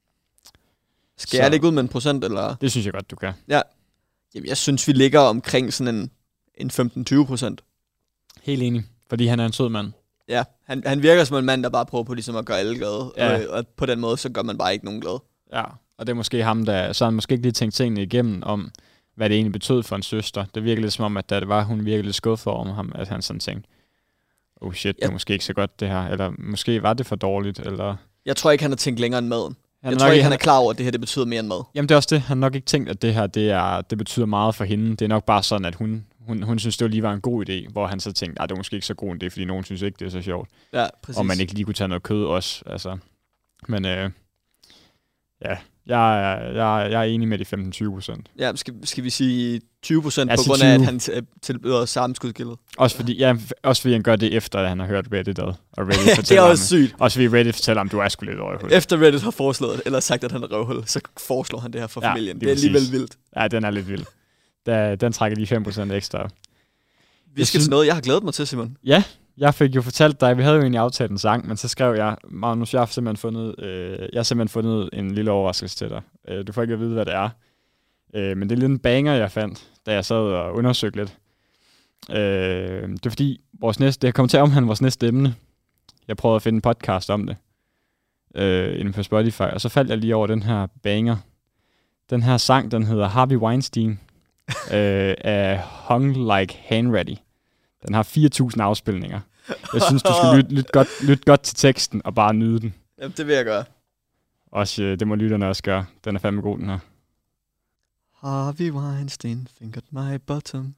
Skal jeg ikke ud med en procent, eller? Det synes jeg godt, du kan. Ja. Jamen, jeg synes, vi ligger omkring sådan en 15-20%. Helt enig, fordi han er en sød mand. Ja, han virker som en mand, der bare prøver på ligesom at gøre alle glade. Ja. Og på den måde, så gør man bare ikke nogen glade. Ja, og det er måske ham, så han måske ikke lige tænkt tingene igennem om, hvad det egentlig betød for en søster. Det virker lidt som om, at da det var, hun virkelig lidt skuffet over ham, at han sådan tænkte, oh shit, det er måske ikke så godt det her, eller måske var det for dårligt, eller... Jeg tror ikke, han har tænkt længere end maden. Jeg tror ikke, han er klar over, at det her det betyder mere end mad. Jamen det er også det. Han har nok ikke tænkt, at det her det betyder meget for hende. Det er nok bare sådan, at hun hun synes, det lige var en god idé, hvor han så tænkte, det er måske ikke så god en idé, fordi nogen synes ikke, det er så sjovt. Ja, præcis. Og man ikke lige kunne tage noget kød også. Altså. Men jeg er enig med de 15-20%. Ja, skal vi sige 20% på grund 20. af, at han tilbyder sammenskudgildet? Også fordi han gør det efter, at han har hørt Reddit, og Reddit det er fortæller også sygt. Også fordi Reddit fortæller, om du er sgu lidt røvhul. Efter Reddit har foreslået, eller sagt, at han er røvhul, så foreslår han det her for familien. Det er alligevel vildt. Ja, den er lidt vild. Den trækker lige 5% ekstra op. Vi skal til noget, jeg har glædet mig til, Simon. Ja, jeg fik jo fortalt dig, vi havde jo egentlig aftalt en sang, men så skrev jeg, Magnus, jeg har simpelthen fundet en lille overraskelse til dig. Du får ikke at vide, hvad det er. Men det er lidt en banger, jeg fandt, da jeg sad og undersøgte lidt. Det er fordi, det kommer til at omhandle vores næste emne. Jeg prøvede at finde en podcast om det inden på Spotify, og så faldt jeg lige over den her banger. Den her sang, den hedder Harvey Weinstein af Hung Like Hanratty. Den har 4.000 afspilninger. Jeg synes, du skal lytte godt til teksten og bare nyde den. Jamen, det vil jeg gøre. Også, det må lytterne også gøre. Den er fandme god, den her. Harvey Weinstein fingered my bottom.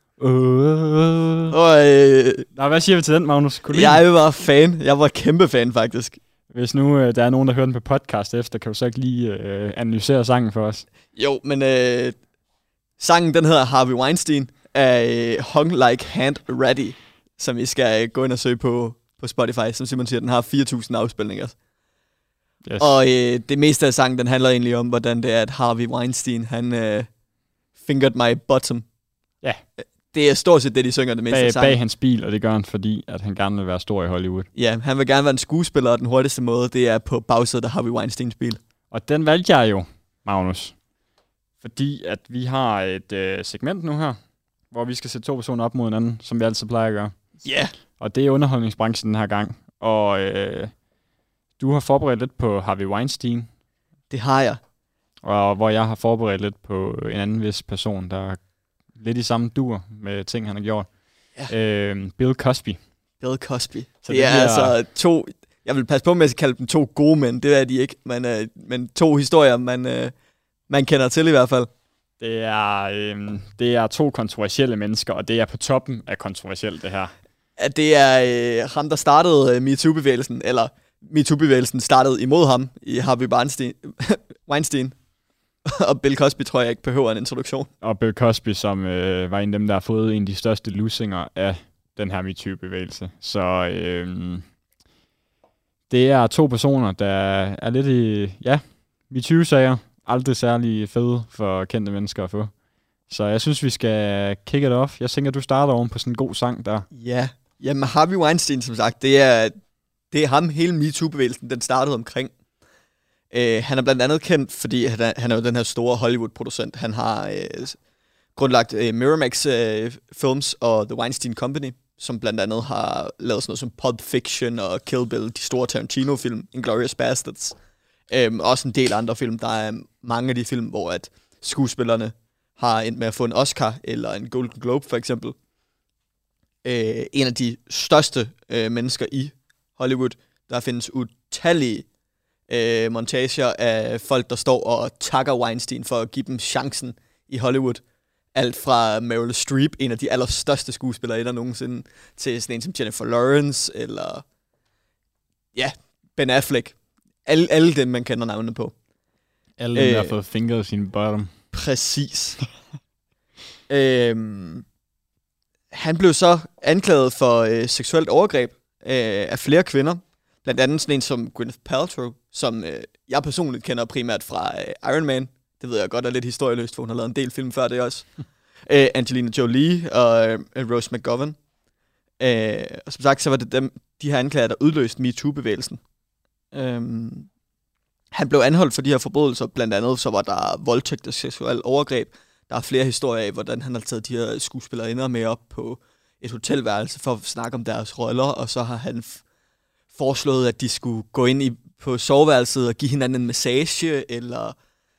Nå, hvad siger vi til den, Magnus? Jeg var fan. Jeg var kæmpe fan, faktisk. Hvis nu der er nogen, der hører den på podcast efter, kan du så ikke lige analysere sangen for os? Jo, men sangen, den hedder Harvey Weinstein af Hung Like Hanratty, som I skal gå ind og søge på Spotify. Som Simon siger, den har 4.000 afspilninger. Yes. Og det meste af sangen, den handler egentlig om, hvordan det er, at Harvey Weinstein, han fingered my bottom. Ja. Det er stort set det, de synger det meste af sangen. Bag hans bil, og det gør han, fordi at han gerne vil være stor i Hollywood. Ja, han vil gerne være en skuespiller, og den hurtigste måde, det er på bagsædet af Harvey Weinsteins bil. Og den valgte jeg jo, Magnus. Fordi at vi har et segment nu her, hvor vi skal sætte 2 personer op mod hinanden, som vi altid plejer at gøre. Ja. Yeah. Og det er underholdningsbranchen den her gang. Og du har forberedt lidt på Harvey Weinstein. Det har jeg. Og hvor jeg har forberedt lidt på en anden vis person, der er lidt i samme dur med ting, han har gjort. Ja. Bill Cosby. Bill Cosby. Så det er altså 2... Jeg vil passe på med at kalde dem 2 gode mænd. Det er de ikke. Men 2 historier, man kender til i hvert fald. Det er 2 kontroversielle mennesker, og det er på toppen af kontroversielt, det her. At det er ham, der startede MeToo-bevægelsen, eller MeToo-bevægelsen startede imod ham i Harvey Weinstein. Og Bill Cosby tror jeg ikke behøver en introduktion. Og Bill Cosby, som var en af dem, der har fået en af de største lussinger af den her MeToo-bevægelse. Så det er 2 personer, der er lidt i, MeToo-sager. Aldrig særlig fede for kendte mennesker at få. Så jeg synes, vi skal kick it off. Jeg tænker, du starter oven på sådan en god sang der. Ja, jamen Harvey Weinstein, som sagt, det er ham, hele MeToo-bevægelsen, den startede omkring. Han er blandt andet kendt, fordi han er jo den her store Hollywood-producent. Han har grundlagt Miramax Films og The Weinstein Company, som blandt andet har lavet sådan noget som Pulp Fiction og Kill Bill, de store Tarantino-film, Inglourious Basterds. Også en del andre film. Der er mange af de film, hvor at skuespillerne har endt med at få en Oscar eller en Golden Globe for eksempel. En af de største mennesker i Hollywood. Der findes utallige montager af folk, der står og takker Weinstein for at give dem chancen i Hollywood. Alt fra Meryl Streep, en af de allerstørste skuespillere der nogensinde, til sådan en som Jennifer Lawrence, eller Ben Affleck. Alle dem, man kender navnene på. Alle dem, der har fået fingret sin bottom. Præcis. Han blev så anklaget for seksuelt overgreb af flere kvinder. Blandt andet sådan en som Gwyneth Paltrow, som jeg personligt kender primært fra Iron Man. Det ved jeg godt er lidt historieløst, for hun har lavet en del film før det også. Angelina Jolie og Rose McGowan. Og som sagt, så var det de her anklager, der udløste MeToo-bevægelsen. Han blev anholdt for de her forbrydelser. Blandt andet så var der voldtægt og seksuel overgreb. Der er flere historier af, hvordan han har taget de her skuespillerinder med op på et hotelværelse for at snakke om deres roller, og så har han foreslået, at de skulle gå ind på soveværelset og give hinanden en massage, eller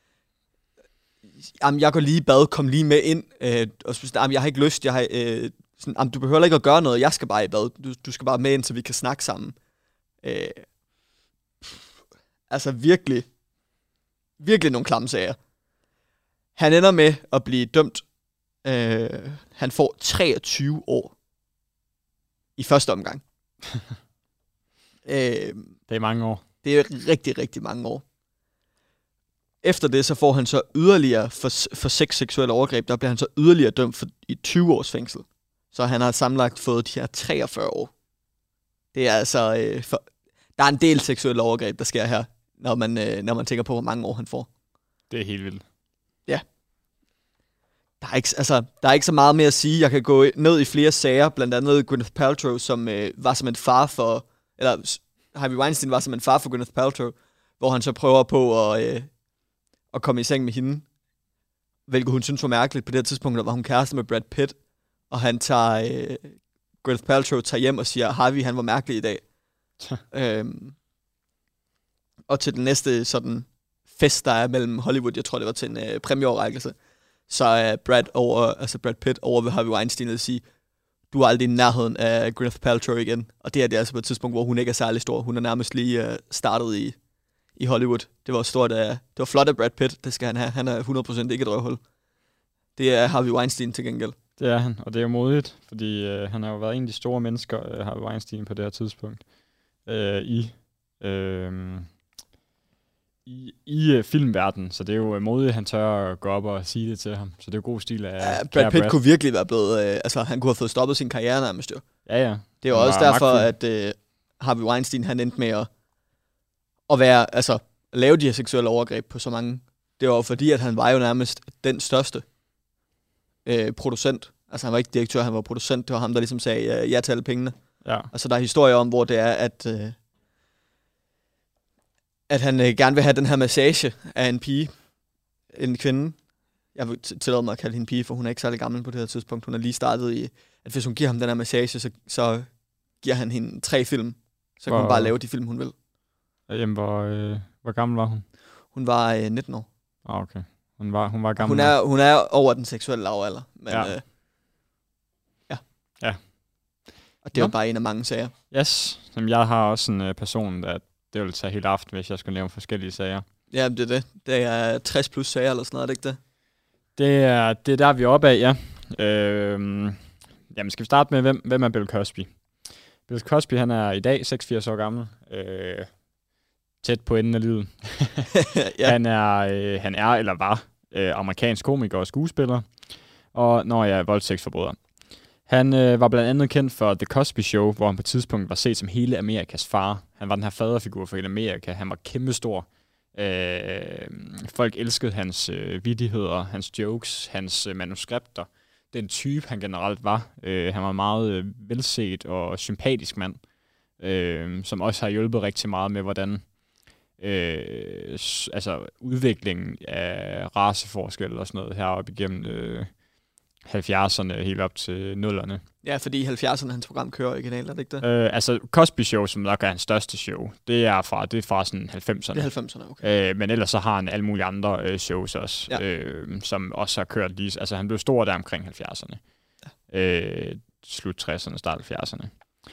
jeg går lige i bad, kom lige med ind, og så jeg har ikke lyst, du behøver ikke at gøre noget, jeg skal bare i bad, du skal bare med ind, så vi kan snakke sammen. Altså virkelig nogle klamme sager. Han ender med at blive dømt Han får 23 år i første omgang. Det er mange år. Det er rigtig, rigtig mange år. Efter det, så får han så yderligere for 6 seksuelle overgreb, der bliver han så yderligere dømt for i 20 års fængsel. Så han har sammenlagt fået de her 43 år. Det er altså... der er en del seksuelle overgreb, der sker her, når man tænker på, hvor mange år han får. Det er helt vildt. Ja. Der er ikke så meget mere at sige. Jeg kan gå ned i flere sager, blandt andet Gwyneth Paltrow, som var som en far for... Eller Harvey Weinstein var som en far for Gwyneth Paltrow, hvor han så prøver på at komme i seng med hende, hvilket hun synes var mærkeligt. På det tidspunkt var hun kæreste med Brad Pitt, og han tager... Gwyneth Paltrow tager hjem og siger, Harvey, han var mærkelig i dag. Og til den næste sådan fest, der er mellem Hollywood, jeg tror det var til en præmieoverrækkelse, så er Brad Pitt over ved Harvey Weinstein og siger, du er aldrig i nærheden af Gwyneth Paltrow igen. Og det er altså på et tidspunkt, hvor hun ikke er særlig stor. Hun er nærmest lige startet i Hollywood. Det var flot af Brad Pitt, det skal han have. Han er 100% ikke et røvhul. Det er Harvey Weinstein til gengæld. Det er han, og det er jo modigt, fordi han har jo været en af de store mennesker, Harvey Weinstein, på det her tidspunkt. I filmverdenen, så det er jo modigt, han tør at gå op og sige det til ham. Så det er jo god stil af... Ja, Brad Pitt kunne virkelig være blevet... han kunne have fået stoppet sin karriere nærmest jo. Ja. Det er jo også derfor, at Harvey Weinstein, han endte med at være... Altså, at lave de her seksuelle overgreb på så mange. Det var jo fordi, at han var jo nærmest den største producent. Altså, han var ikke direktør, han var producent. Det var ham, der ligesom sagde ja til alle pengene. Ja. Altså, der er historier om, hvor det er, at han gerne vil have den her massage af en pige, en kvinde. Jeg vil tillade mig at kalde hende pige, for hun er ikke særlig gammel på det her tidspunkt. Hun er lige startet i, at hvis hun giver ham den her massage, så giver han hende 3 film. Så kan hun bare lave de film, hun vil. Jamen, hvor gammel var hun? Hun var 19 år. Okay. Hun var gammel. Hun er over den seksuelle lavalder. Men ja. Og det er jo bare en af mange sager. Yes. Jamen, jeg har også en person, der det ville tage helt aften, hvis jeg skulle lave forskellige sager. Ja, det er det. Det er 60 plus sager eller sådan noget, er det ikke det? Det er der, vi er oppe af, ja. Jamen, skal vi starte med, hvem er Bill Cosby? Bill Cosby, han er i dag 86 år gammel. Tæt på enden af livet. Ja. Han er eller var amerikansk komiker og skuespiller. Og voldtægtsforbryder. Han var blandt andet kendt for The Cosby Show, hvor han på et tidspunkt var set som hele Amerikas far. Han var den her faderfigur for hele Amerika. Han var kæmpestor. Folk elskede hans vittigheder, hans jokes, hans manuskripter. Den type, han generelt var. Han var meget velset og sympatisk mand, som også har hjulpet rigtig meget med, hvordan udviklingen af raceforskel og sådan noget heroppe igennem 70'erne helt op til 0'erne. Ja, fordi i 70'erne hans program kører originalt, er det ikke det? Cosby Show, som nok er hans største show, det er fra sådan 90'erne. Det er 90'erne, okay. Men ellers så har han alle mulige andre shows også, som også har kørt lige... Altså, han blev stor der omkring 70'erne. Ja. Slut 60'erne, start 70'erne.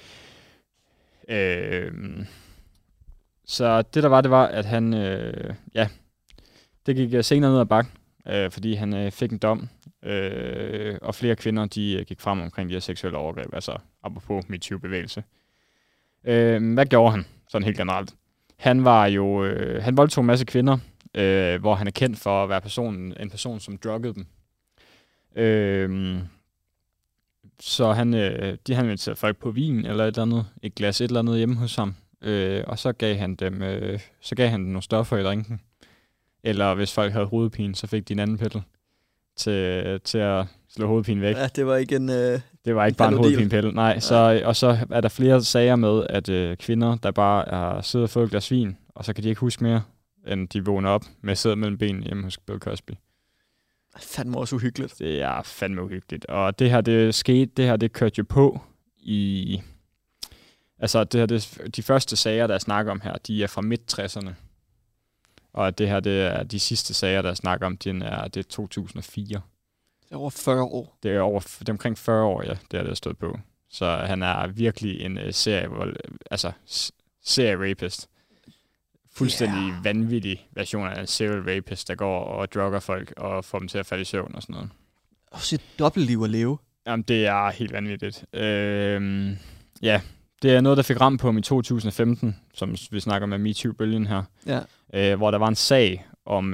Så det der var, det var, at han... det gik senere ned ad bakken, fordi han fik en dom, og flere kvinder, de gik frem omkring de her seksuelle overgreb, altså apropos MeToo-bevægelse. Hvad gjorde han, sådan helt generelt? Han voldtog en masse kvinder, hvor han er kendt for at være en person, som druggede dem. Så de inviterede folk på vin eller et eller andet hjemme hos ham, og så gav han dem nogle stoffer i drinken. Eller hvis folk havde hovedpine, så fik de en anden pille til at slå hovedpinen væk. Ja, det var ikke det var ikke bare en hovedpinepille. Nej, og så er der flere sager med, at kvinder, der bare er siddet og fået et glas vin, og så kan de ikke huske mere, end de vågner op med at sidde mellem benene hjemme hos Bill Cosby. Fandme også uhyggeligt. Det er fandme uhyggeligt. Og det kørte jo på i... Altså, de første sager, der jeg snakker om her, de er fra midt-60'erne. Og det her, det er de sidste sager, der jeg snakker om, det er 2004. Det er over 40 år. Det er omkring 40 år, ja, det er det stået på. Så han er virkelig en serie-rapist. Fuldstændig vanvittig version af en serial rapist, der går og drugger folk og får dem til at falde i søvn og sådan noget. Også et dobbeltliv at leve. Jamen, det er helt vanvittigt. Ja, det er noget, der fik ramt på ham i 2015, som vi snakker med MeToo-bølgen her. Ja. Hvor der var en sag om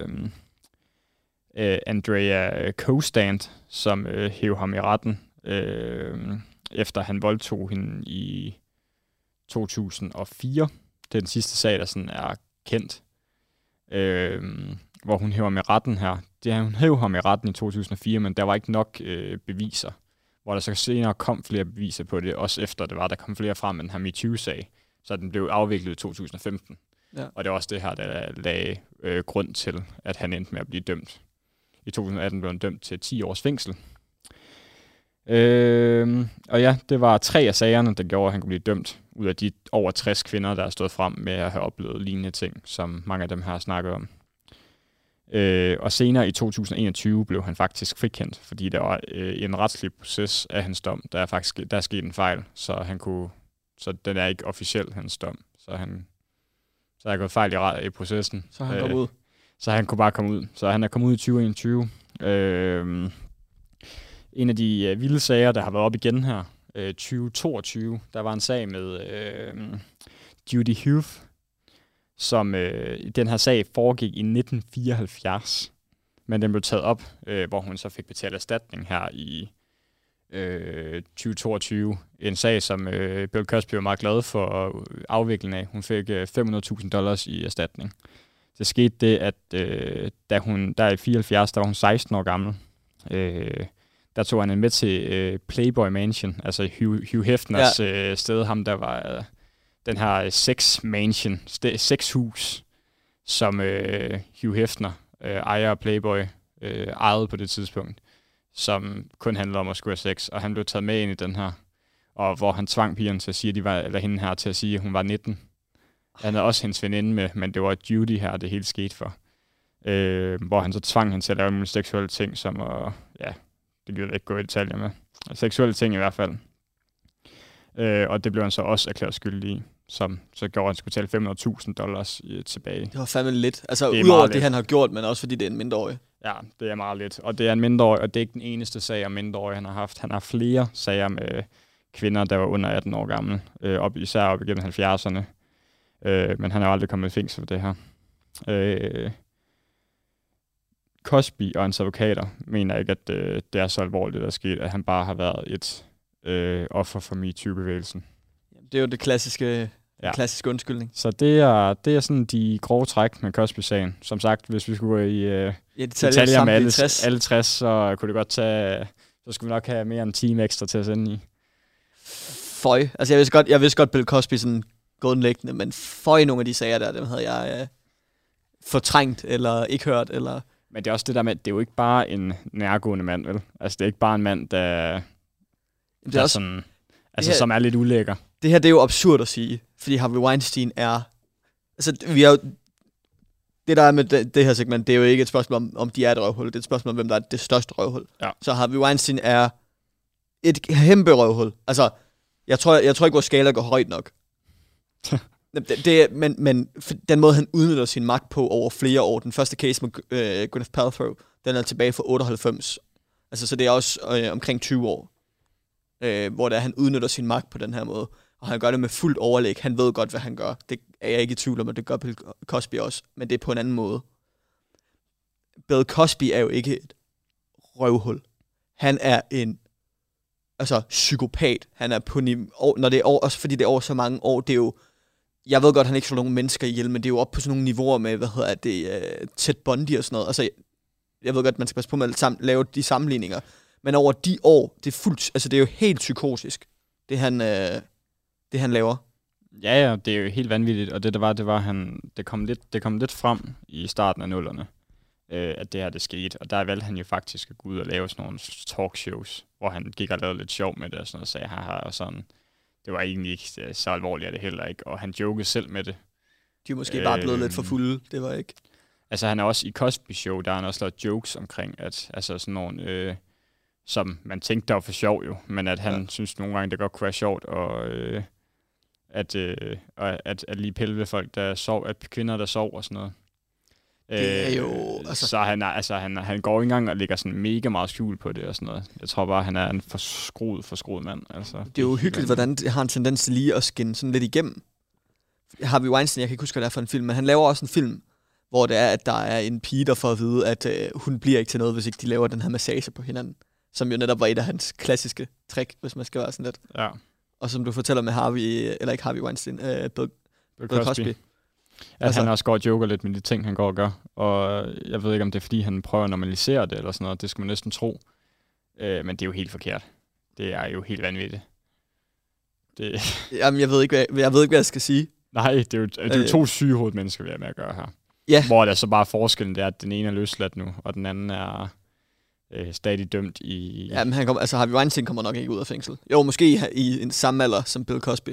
Andrea Costand, som hæv ham i retten, efter han voldtog hende i 2004. Det er den sidste sag, der sådan er kendt. Hvor hun hæver ham i retten her. Hun hæv ham i retten i 2004, men der var ikke nok beviser. Hvor der så senere kom flere beviser på det, også efter det var, der kom flere frem med den her MeToo-sag. Så den blev afviklet i 2015. Ja. Og det er også det her, der lagde grund til, at han endte med at blive dømt. I 2018 blev han dømt til 10 års fængsel. Og ja, det var 3 af sagerne, der gjorde, at han kunne blive dømt. Ud af de over 60 kvinder, der er stået frem med at have oplevet lignende ting, som mange af dem her snakker om. Og senere i 2021 blev han faktisk frikendt, fordi der var en retslig proces af hans dom. Der er sket en fejl, så den er ikke officiel, hans dom. Så der er gået fejl i processen. Så han kom ud. Så han kunne bare komme ud. Så han er kommet ud i 2021. En af de vilde sager, der har været op igen her, 2022, der var en sag med Judy Huth, som den her sag foregik i 1974, men den blev taget op, hvor hun så fik betalt erstatning her i 2022. En sag, som Bill Cosby var meget glad for afviklingen af. Hun fik $500,000 i erstatning. Det skete det, at der i 74, der var hun 16 år gammel. Der tog han med til Playboy Mansion, altså Hugh Hefners sted, ham der var den her sex-mansion, sexhus, som Hugh Hefner, ejer af Playboy, ejede på det tidspunkt, som kun handlede om at skulle have sex, og han blev taget med ind i den her, og hvor han tvang pigerne til at sige, hende her til at sige, at hun var 19. Han havde også hendes veninde med, men det var Judy her, det hele skete for. Hvor han så tvang hende til at lave nogle seksuelle ting, som det gider jeg ikke gå i detaljer med. Seksuelle ting i hvert fald. Og det blev han så også erklæret skyldig i, som så gjorde, at han skulle betale $500,000 tilbage. Det var fandme lidt. Altså udover det, han har gjort, men også fordi det er en mindreårig. Ja, det er meget lidt. Og det er en mindreårig, og det er ikke den eneste sag om mindreårig, han har haft. Han har flere sager med kvinder, der var under 18 år gamle, især op igennem 70'erne. Men han har aldrig kommet i fængsel for det her. Cosby og hans advokater mener ikke, at det er så alvorligt, der er sket, at han bare har været et offer for MeToo-bevægelsen. Det er jo det klassiske undskyldning. Så det er sådan de grove træk med Cosby-sagen. Som sagt, hvis vi skulle gå i detaljer med alle 60, så kunne det godt tage... Så skulle vi nok have mere end en time ekstra til at sende i. Føj. Altså jeg vidste godt Bill Cosby sådan grundlæggende, men føj nogle af de sager der, dem havde jeg fortrængt eller ikke hørt, eller... Men det er også det der med, at det er jo ikke bare en nærgående mand, vel? Altså, det er ikke bare en mand, der er også, sådan, altså, som er lidt ulækker. Det her, det er jo absurd at sige, fordi Harvey Weinstein er... Altså, vi er jo... Det, der er med det her segment, det er jo ikke et spørgsmål om de er et røvhul. Det er et spørgsmål om, hvem der er det største røvhul. Ja. Så Harvey Weinstein er et kæmpe røvhul. Altså, jeg tror ikke, vores skala går højt nok. Men den måde, han udnytter sin magt på over flere år. Den første case med Gwyneth Paltrow, den er tilbage fra 98. Altså, så det er også omkring 20 år, hvor han udnytter sin magt på den her måde. Og han gør det med fuldt overlæg. Han ved godt, hvad han gør. Det er jeg ikke i tvivl om, og det gør Bill Cosby også. Men det er på en anden måde. Bill Cosby er jo ikke et røvhul. Han er en psykopat. Han er på når det er over, også fordi det er over så mange år, det er jo... Jeg ved godt, han ikke slår nogen mennesker ihjel, men det er jo oppe på sådan nogle niveauer med, Ted Bundy og sådan noget. Altså, jeg ved godt, man skal passe på med at lave de sammenligninger. Men over de år, det er fuldt... Altså, det er jo helt psykotisk, det han laver. Ja, det er jo helt vanvittigt, og det kom lidt frem i starten af 00'erne, at det her det skete, og der valgte han jo faktisk at gå ud og lave sådan nogle talkshows, hvor han gik og lavede lidt sjov med det, og sådan noget, sagde haha, og sådan. Det var egentlig ikke så alvorligt, det heller ikke, og han jokede selv med det. De er måske bare blevet lidt for fulde, det var ikke... Altså, han er også i Cosby Show, der har han også lavet jokes omkring, at altså sådan nogle, som man tænkte, der var for sjov jo, men at han synes nogle gange, det godt kunne være sjovt, og at lige pille ved folk, der sov, at kvinder, der sov og sådan noget. Det er jo... Altså. Så han går ikke engang og lægger sådan mega meget skjul på det og sådan noget. Jeg tror bare, han er en forskruet mand. Altså, det er jo hyggeligt, hvordan det har en tendens til lige at skinne sådan lidt igennem. Harvey Weinstein, jeg kan ikke huske, hvad det er for en film, men han laver også en film, hvor det er, at der er en pige, der får at vide, at hun bliver ikke til noget, hvis ikke de laver den her massage på hinanden. Som jo netop var et af hans klassiske trick, hvis man skal være sådan lidt. Ja. Og som du fortæller med eller ikke Harvey Weinstein, Bill Cosby. At han også går og joker lidt med de ting, han går og gør. Og jeg ved ikke, om det er, fordi han prøver at normalisere det, eller sådan noget. Det skal man næsten tro. Men det er jo helt forkert. Det er jo helt vanvittigt. Jamen, jeg ved ikke, hvad jeg skal sige. Nej, det er jo to sygehovedet mennesker, vi er med at gøre her. Ja. Hvor der så bare forskellen, det er, at den ene er løsladt nu, og den anden er stadig dømt i... Jamen, Harvey Weinstein kommer nok ikke ud af fængsel. Jo, måske i en samme alder som Bill Cosby.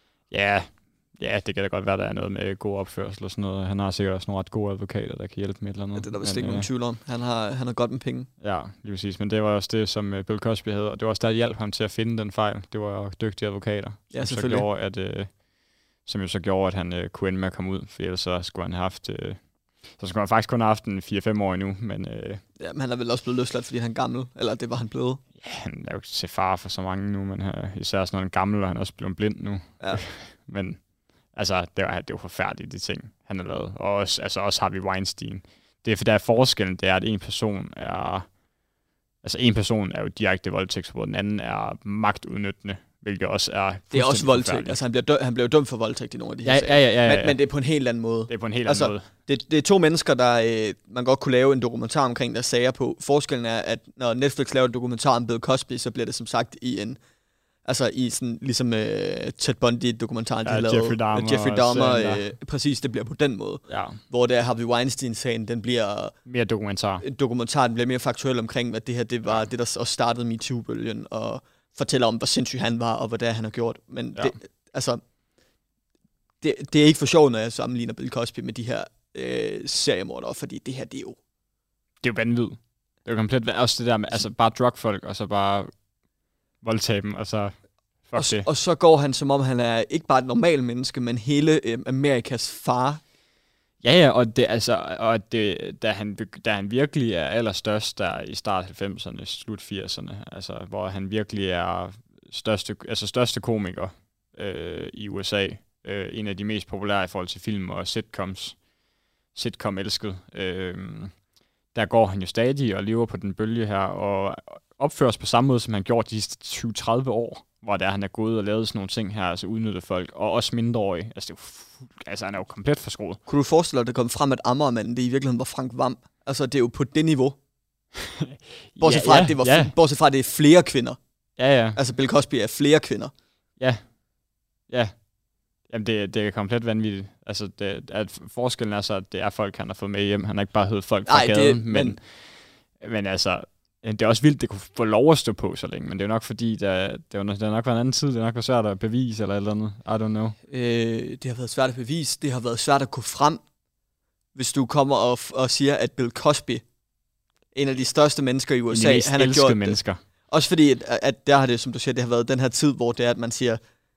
Ja, det kan da godt være, der er noget med god opførsel og sådan noget. Han har sikkert også nogle ret gode advokater, der kan hjælpe med et eller andet. Ja, det er der vist ikke nogen tvivl om. Han har godt med penge. Ja, lige præcis. Men det var også det, som Bill Cosby havde. Og det var også der, hjalp ham til at finde den fejl. Det var dygtige advokater. Ja, selvfølgelig. Som jo så gjorde, at han kunne ende med at komme ud. For ellers så skulle han have haft... så skulle han faktisk kun have haft en 4-5 år endnu. Men, men han er vel også blevet løsladt, fordi han er gammel. Eller det var han blevet. Ja, han er jo til far for så mange nu. Men især sådan noget gammel, og han er også blevet blind nu. Ja. Men... Altså, det var jo forfærdeligt, de ting, han har lavet. Og også Harvey Weinstein. Det er, for der er forskellen, det er, at en person er jo direkte voldtægtsforbrydelse, den anden er magtudnyttende, hvilket også er... Det er også voldtægt. Altså, han blev dømt for voldtægt i nogle af de her sager. Ja. Men det er på en helt anden måde. Det er på en helt anden måde. Det er to mennesker, der man godt kunne lave en dokumentar omkring deres sager på. Forskellen er, at når Netflix laver en dokumentar om Bill Cosby, så bliver det som sagt i sådan ligesom Ted Bundy-dokumentaren, de har lavet. Jeffrey Dahmer, præcis, det bliver på den måde. Ja. Hvor det er Harvey Weinstein-sagen, den bliver... Mere dokumentar. Dokumentaren bliver mere faktuel omkring, at det her, det var det, der også startede MeToo-bølgen, og fortæller om, hvor sindssyg han var, og hvad det er, han har gjort. Men det er ikke for sjovt, når jeg sammenligner Bill Cosby med de her seriemordere, fordi det her, det er jo... Det er jo vanvittigt. Det er jo komplet... Også det der med, altså bare drugfolk, og så bare... voldtage dem, og så og så går han, som om han er ikke bare et normalt menneske, men hele Amerikas far. Ja, da han virkelig er allerstørst der i start 90'erne, slut 80'erne, altså hvor han virkelig er største komiker i USA, en af de mest populære i forhold til film og sitcom elsket. Der går han jo stadig og lever på den bølge her, og opføres på samme måde, som han gjorde de sidste 20-30 år, hvor han er gået og lavet sådan nogle ting her, altså udnyttet folk, og også mindreårige. Altså, han er jo komplet forskruet. Kunne du forestille dig, at det kom frem, at Amagermanden, det i virkeligheden var Frank Hvam? Altså, det er jo på det niveau. Bortset fra, at det er flere kvinder. Ja. Altså, Bill Cosby er flere kvinder. Ja. Jamen, det er komplet vanvittigt. Altså, forskellen er så, at det er folk, han har fået med hjem. Han har ikke bare hørt folk fra gaden, men altså... Det er også vildt, det kunne få lov at stå på så længe, men det er jo nok fordi, det har nok været en anden tid, det har nok været svært at bevise eller et eller andet. I don't know. Det har været svært at bevise, det har været svært at gå frem, hvis du kommer og siger, at Bill Cosby, en af de største mennesker i USA, han har gjort mennesker. Det. Også fordi, at der har det, som du siger, det har været den her tid, hvor det er, at man siger,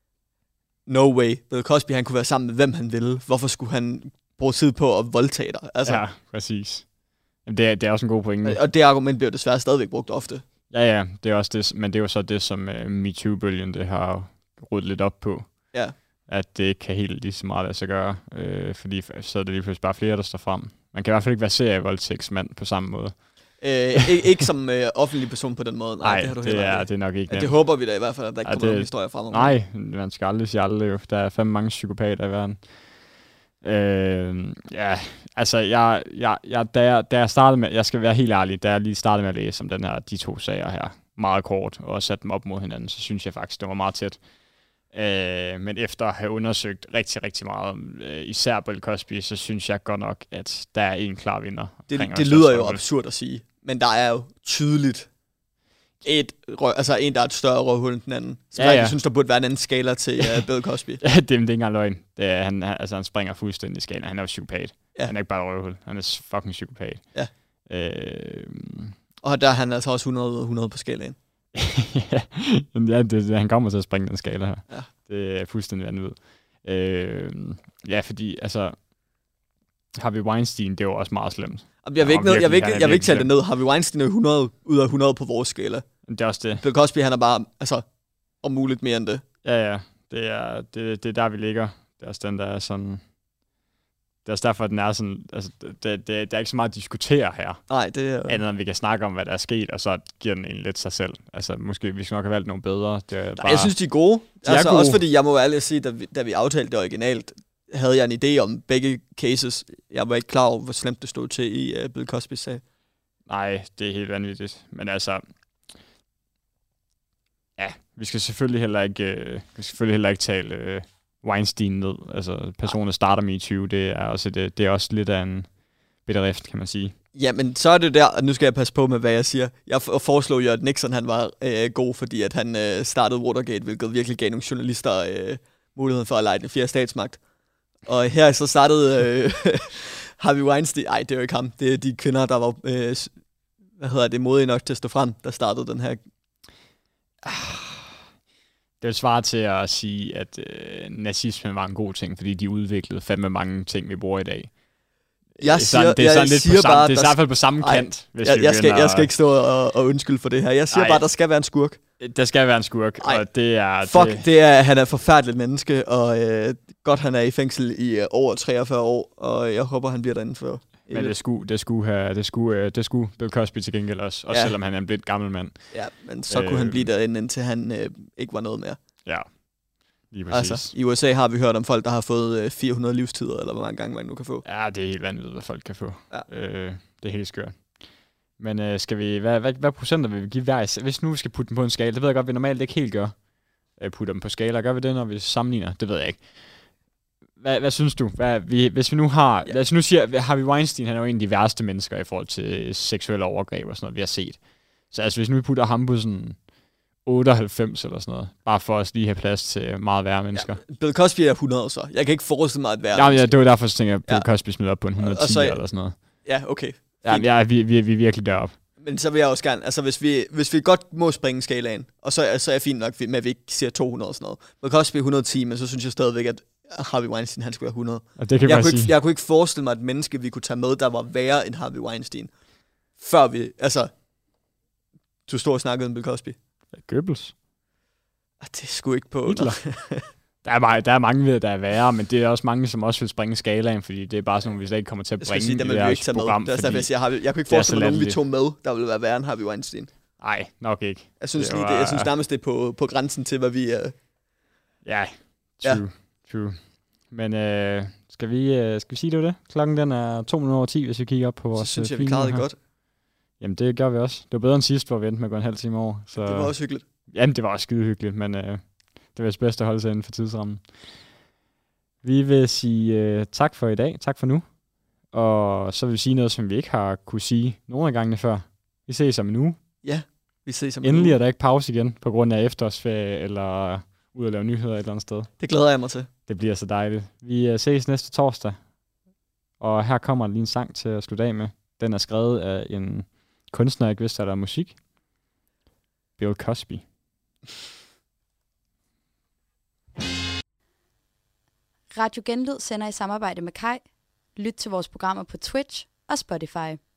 no way, Bill Cosby, han kunne være sammen med hvem han ville. Hvorfor skulle han bruge tid på at voldtage dig? Altså, ja, præcis. Det er også en god pointe. Og det argument bliver desværre stadigvæk brugt ofte. Ja, det er også det, men det er jo så det, som MeToo-bølgen det har ryddet lidt op på. Ja. At det ikke kan helt lige så meget lade sig gøre, fordi så er det lige pludselig bare flere, der står frem. Man kan i hvert fald ikke være serievoldtægtsmand på samme måde. Ikke som offentlig person på den måde. Nej, det har du det er nok ikke. Det håber vi da i hvert fald, at der ikke kommer nogen historier frem. Nej, man skal aldrig sige aldrig jo. Der er fandme mange psykopater i verden. Da jeg startede med, jeg skal være helt ærlig, da jeg lige startede med at læse om de to sager her, meget kort, og satte dem op mod hinanden, så synes jeg faktisk, det var meget tæt. Men efter at have undersøgt rigtig, rigtig meget om især Bill Cosby, så synes jeg godt nok, at der er en klar vinder. Det lyder jo absurd at sige, men der er jo tydeligt en, der er et større røvhul end den anden. Så jeg synes, der burde være en anden skala til Bill Cosby. Det er ikke engang løgn. Han springer fuldstændig i skala. Han er jo psykopat. Ja. Han er ikke bare et røvhul. Han er fucking psykopat. Ja. Og der er han altså også 100 på skalaen. Han kommer til at springe den skala her. Ja. Det er fuldstændig vanvittigt. Fordi altså... Harvey Weinstein, det var også meget slemt. Jeg vil ikke tale det ned. Harvey Weinstein er 100 ud af 100 på vores skala. Det er også det. Bill Cosby, han er bare, altså, om muligt mere end det. Ja. Det er der, vi ligger. Det er også den, der er sådan... Det er også derfor, at den er sådan... Altså, der er ikke så meget at diskutere her. Nej, det er... Andet end vi kan snakke om, hvad der er sket, og så giver den egentlig lidt sig selv. Altså, måske vi skal nok have valgt nogle bedre. Det er bare... Jeg synes, de er gode. De er gode. Også fordi, jeg må ærligt sige, da vi aftalte det originalt, havde jeg en idé om begge cases. Jeg var ikke klar over, hvor slemt det stod til i Bill Cosby's sag. Nej, det er helt vanvittigt. Men altså... Ja, vi skal selvfølgelig heller ikke tale Weinstein ned. Altså, personer starter med i 20, det er også lidt af en bedrift, kan man sige. Ja, men så er det der, og nu skal jeg passe på med, hvad jeg siger. Jeg foreslog jo, at Nixon han var god, fordi at han startede Watergate, hvilket virkelig gav nogle journalister muligheden for at lege den fjerde statsmagt. Og her så startede Harvey Weinstein. Nej, det er jo ikke ham. Det er de kvinder, der var modige nok til at stå frem, der startede den her. Det vil svare til at sige, at nazismen var en god ting, fordi de udviklede fandme mange ting, vi bruger i dag. Det er i hvert fald på samme kant. Hvis jeg skal ikke stå og undskylde for det her. Jeg siger bare, der skal være en skurk. Der skal være en skurk, og det er... han er et forfærdeligt menneske, og godt han er i fængsel i over 43 år, og jeg håber, han bliver derinde for... Men det skulle Bill Cosby til gengæld også selvom han er en blind gammel mand. Ja, men så kunne han blive derinde, indtil han ikke var noget mere. Ja, lige præcis. Altså, i USA har vi hørt om folk, der har fået 400 livstider, eller hvor mange gange man nu kan få. Ja, det er helt vanvittigt, hvad folk kan få. Ja. Det er helt skørt. Men skal vi... Hvad procenter vil vi give hver? Hvis nu vi skal putte dem på en skala, det ved jeg godt, vi normalt ikke helt gør. Putte dem på skala. Gør vi det, når vi sammenligner? Det ved jeg ikke. Hvad synes du? Hvis vi nu har... Lad os nu sige, Harvey Weinstein, han er jo en af de værste mennesker i forhold til seksuelle overgreb og sådan noget, vi har set. Så altså, hvis nu vi putter ham på sådan 98 eller sådan noget, bare for at lige have plads til meget værre mennesker. Ja, Bill Cosby er 100 så. Jeg kan ikke forestille mig at være... Ja, det var derfor, jeg tænker, at Bill Cosby smider op på en 110 eller sådan noget. Ja, okay. Ja, vi er virkelig deroppe. Men så vil jeg også gerne... Altså, hvis vi godt må springe skalaen, og så er jeg fint nok med, at vi ikke siger 200 og sådan noget. Bill Cosby er 110, men så synes jeg stadigvæk, at Harvey Weinstein, han skulle være 100. Og det kan jeg kunne ikke forestille mig et menneske, vi kunne tage med, der var værre end Harvey Weinstein. Før vi... Altså... Du stod og snakkede om Bill Cosby. Goebbels. Det er sgu ikke på... Der er mange, der er værre, men det er også mange, som også vil springe skalaen, fordi det er bare sådan nogle, vi slet ikke kommer til at bringe i det her program. Det er derfor, jeg kunne ikke forestille mig, nogen vi tog med, der ville være værre end Harvey Weinstein. Nej, nok ikke. Jeg synes nærmest, det er på grænsen til, hvad vi er... Ja, true. Men skal vi sige det var det? Klokken den er 2:10, hvis vi kigger op på vores... Så synes jeg, vi klarede det godt. Jamen, det gør vi også. Det var bedre end sidst, hvor vi endte med at gå en halv time over. Så... Det var også hyggeligt. Jamen, det var også skide hyggeligt, men det var det bedste at holde sig inden for tidsrammen. Vi vil sige tak for i dag. Tak for nu. Og så vil vi sige noget, som vi ikke har kunne sige nogle af gangene før. Vi ses om en uge. Ja, vi ses om en uge. Endelig er der ikke pause igen, på grund af efterårsferie, eller ud at lave nyheder et eller andet sted. Det glæder jeg mig til. Det bliver så dejligt. Vi ses næste torsdag. Og her kommer lige en sang til at slutte af med. Den er skrevet af en kunstner, jeg ikke vidste, at der er musik. Bill Cosby. Radio Genlyd sender i samarbejde med Kai. Lyt til vores programmer på Twitch og Spotify.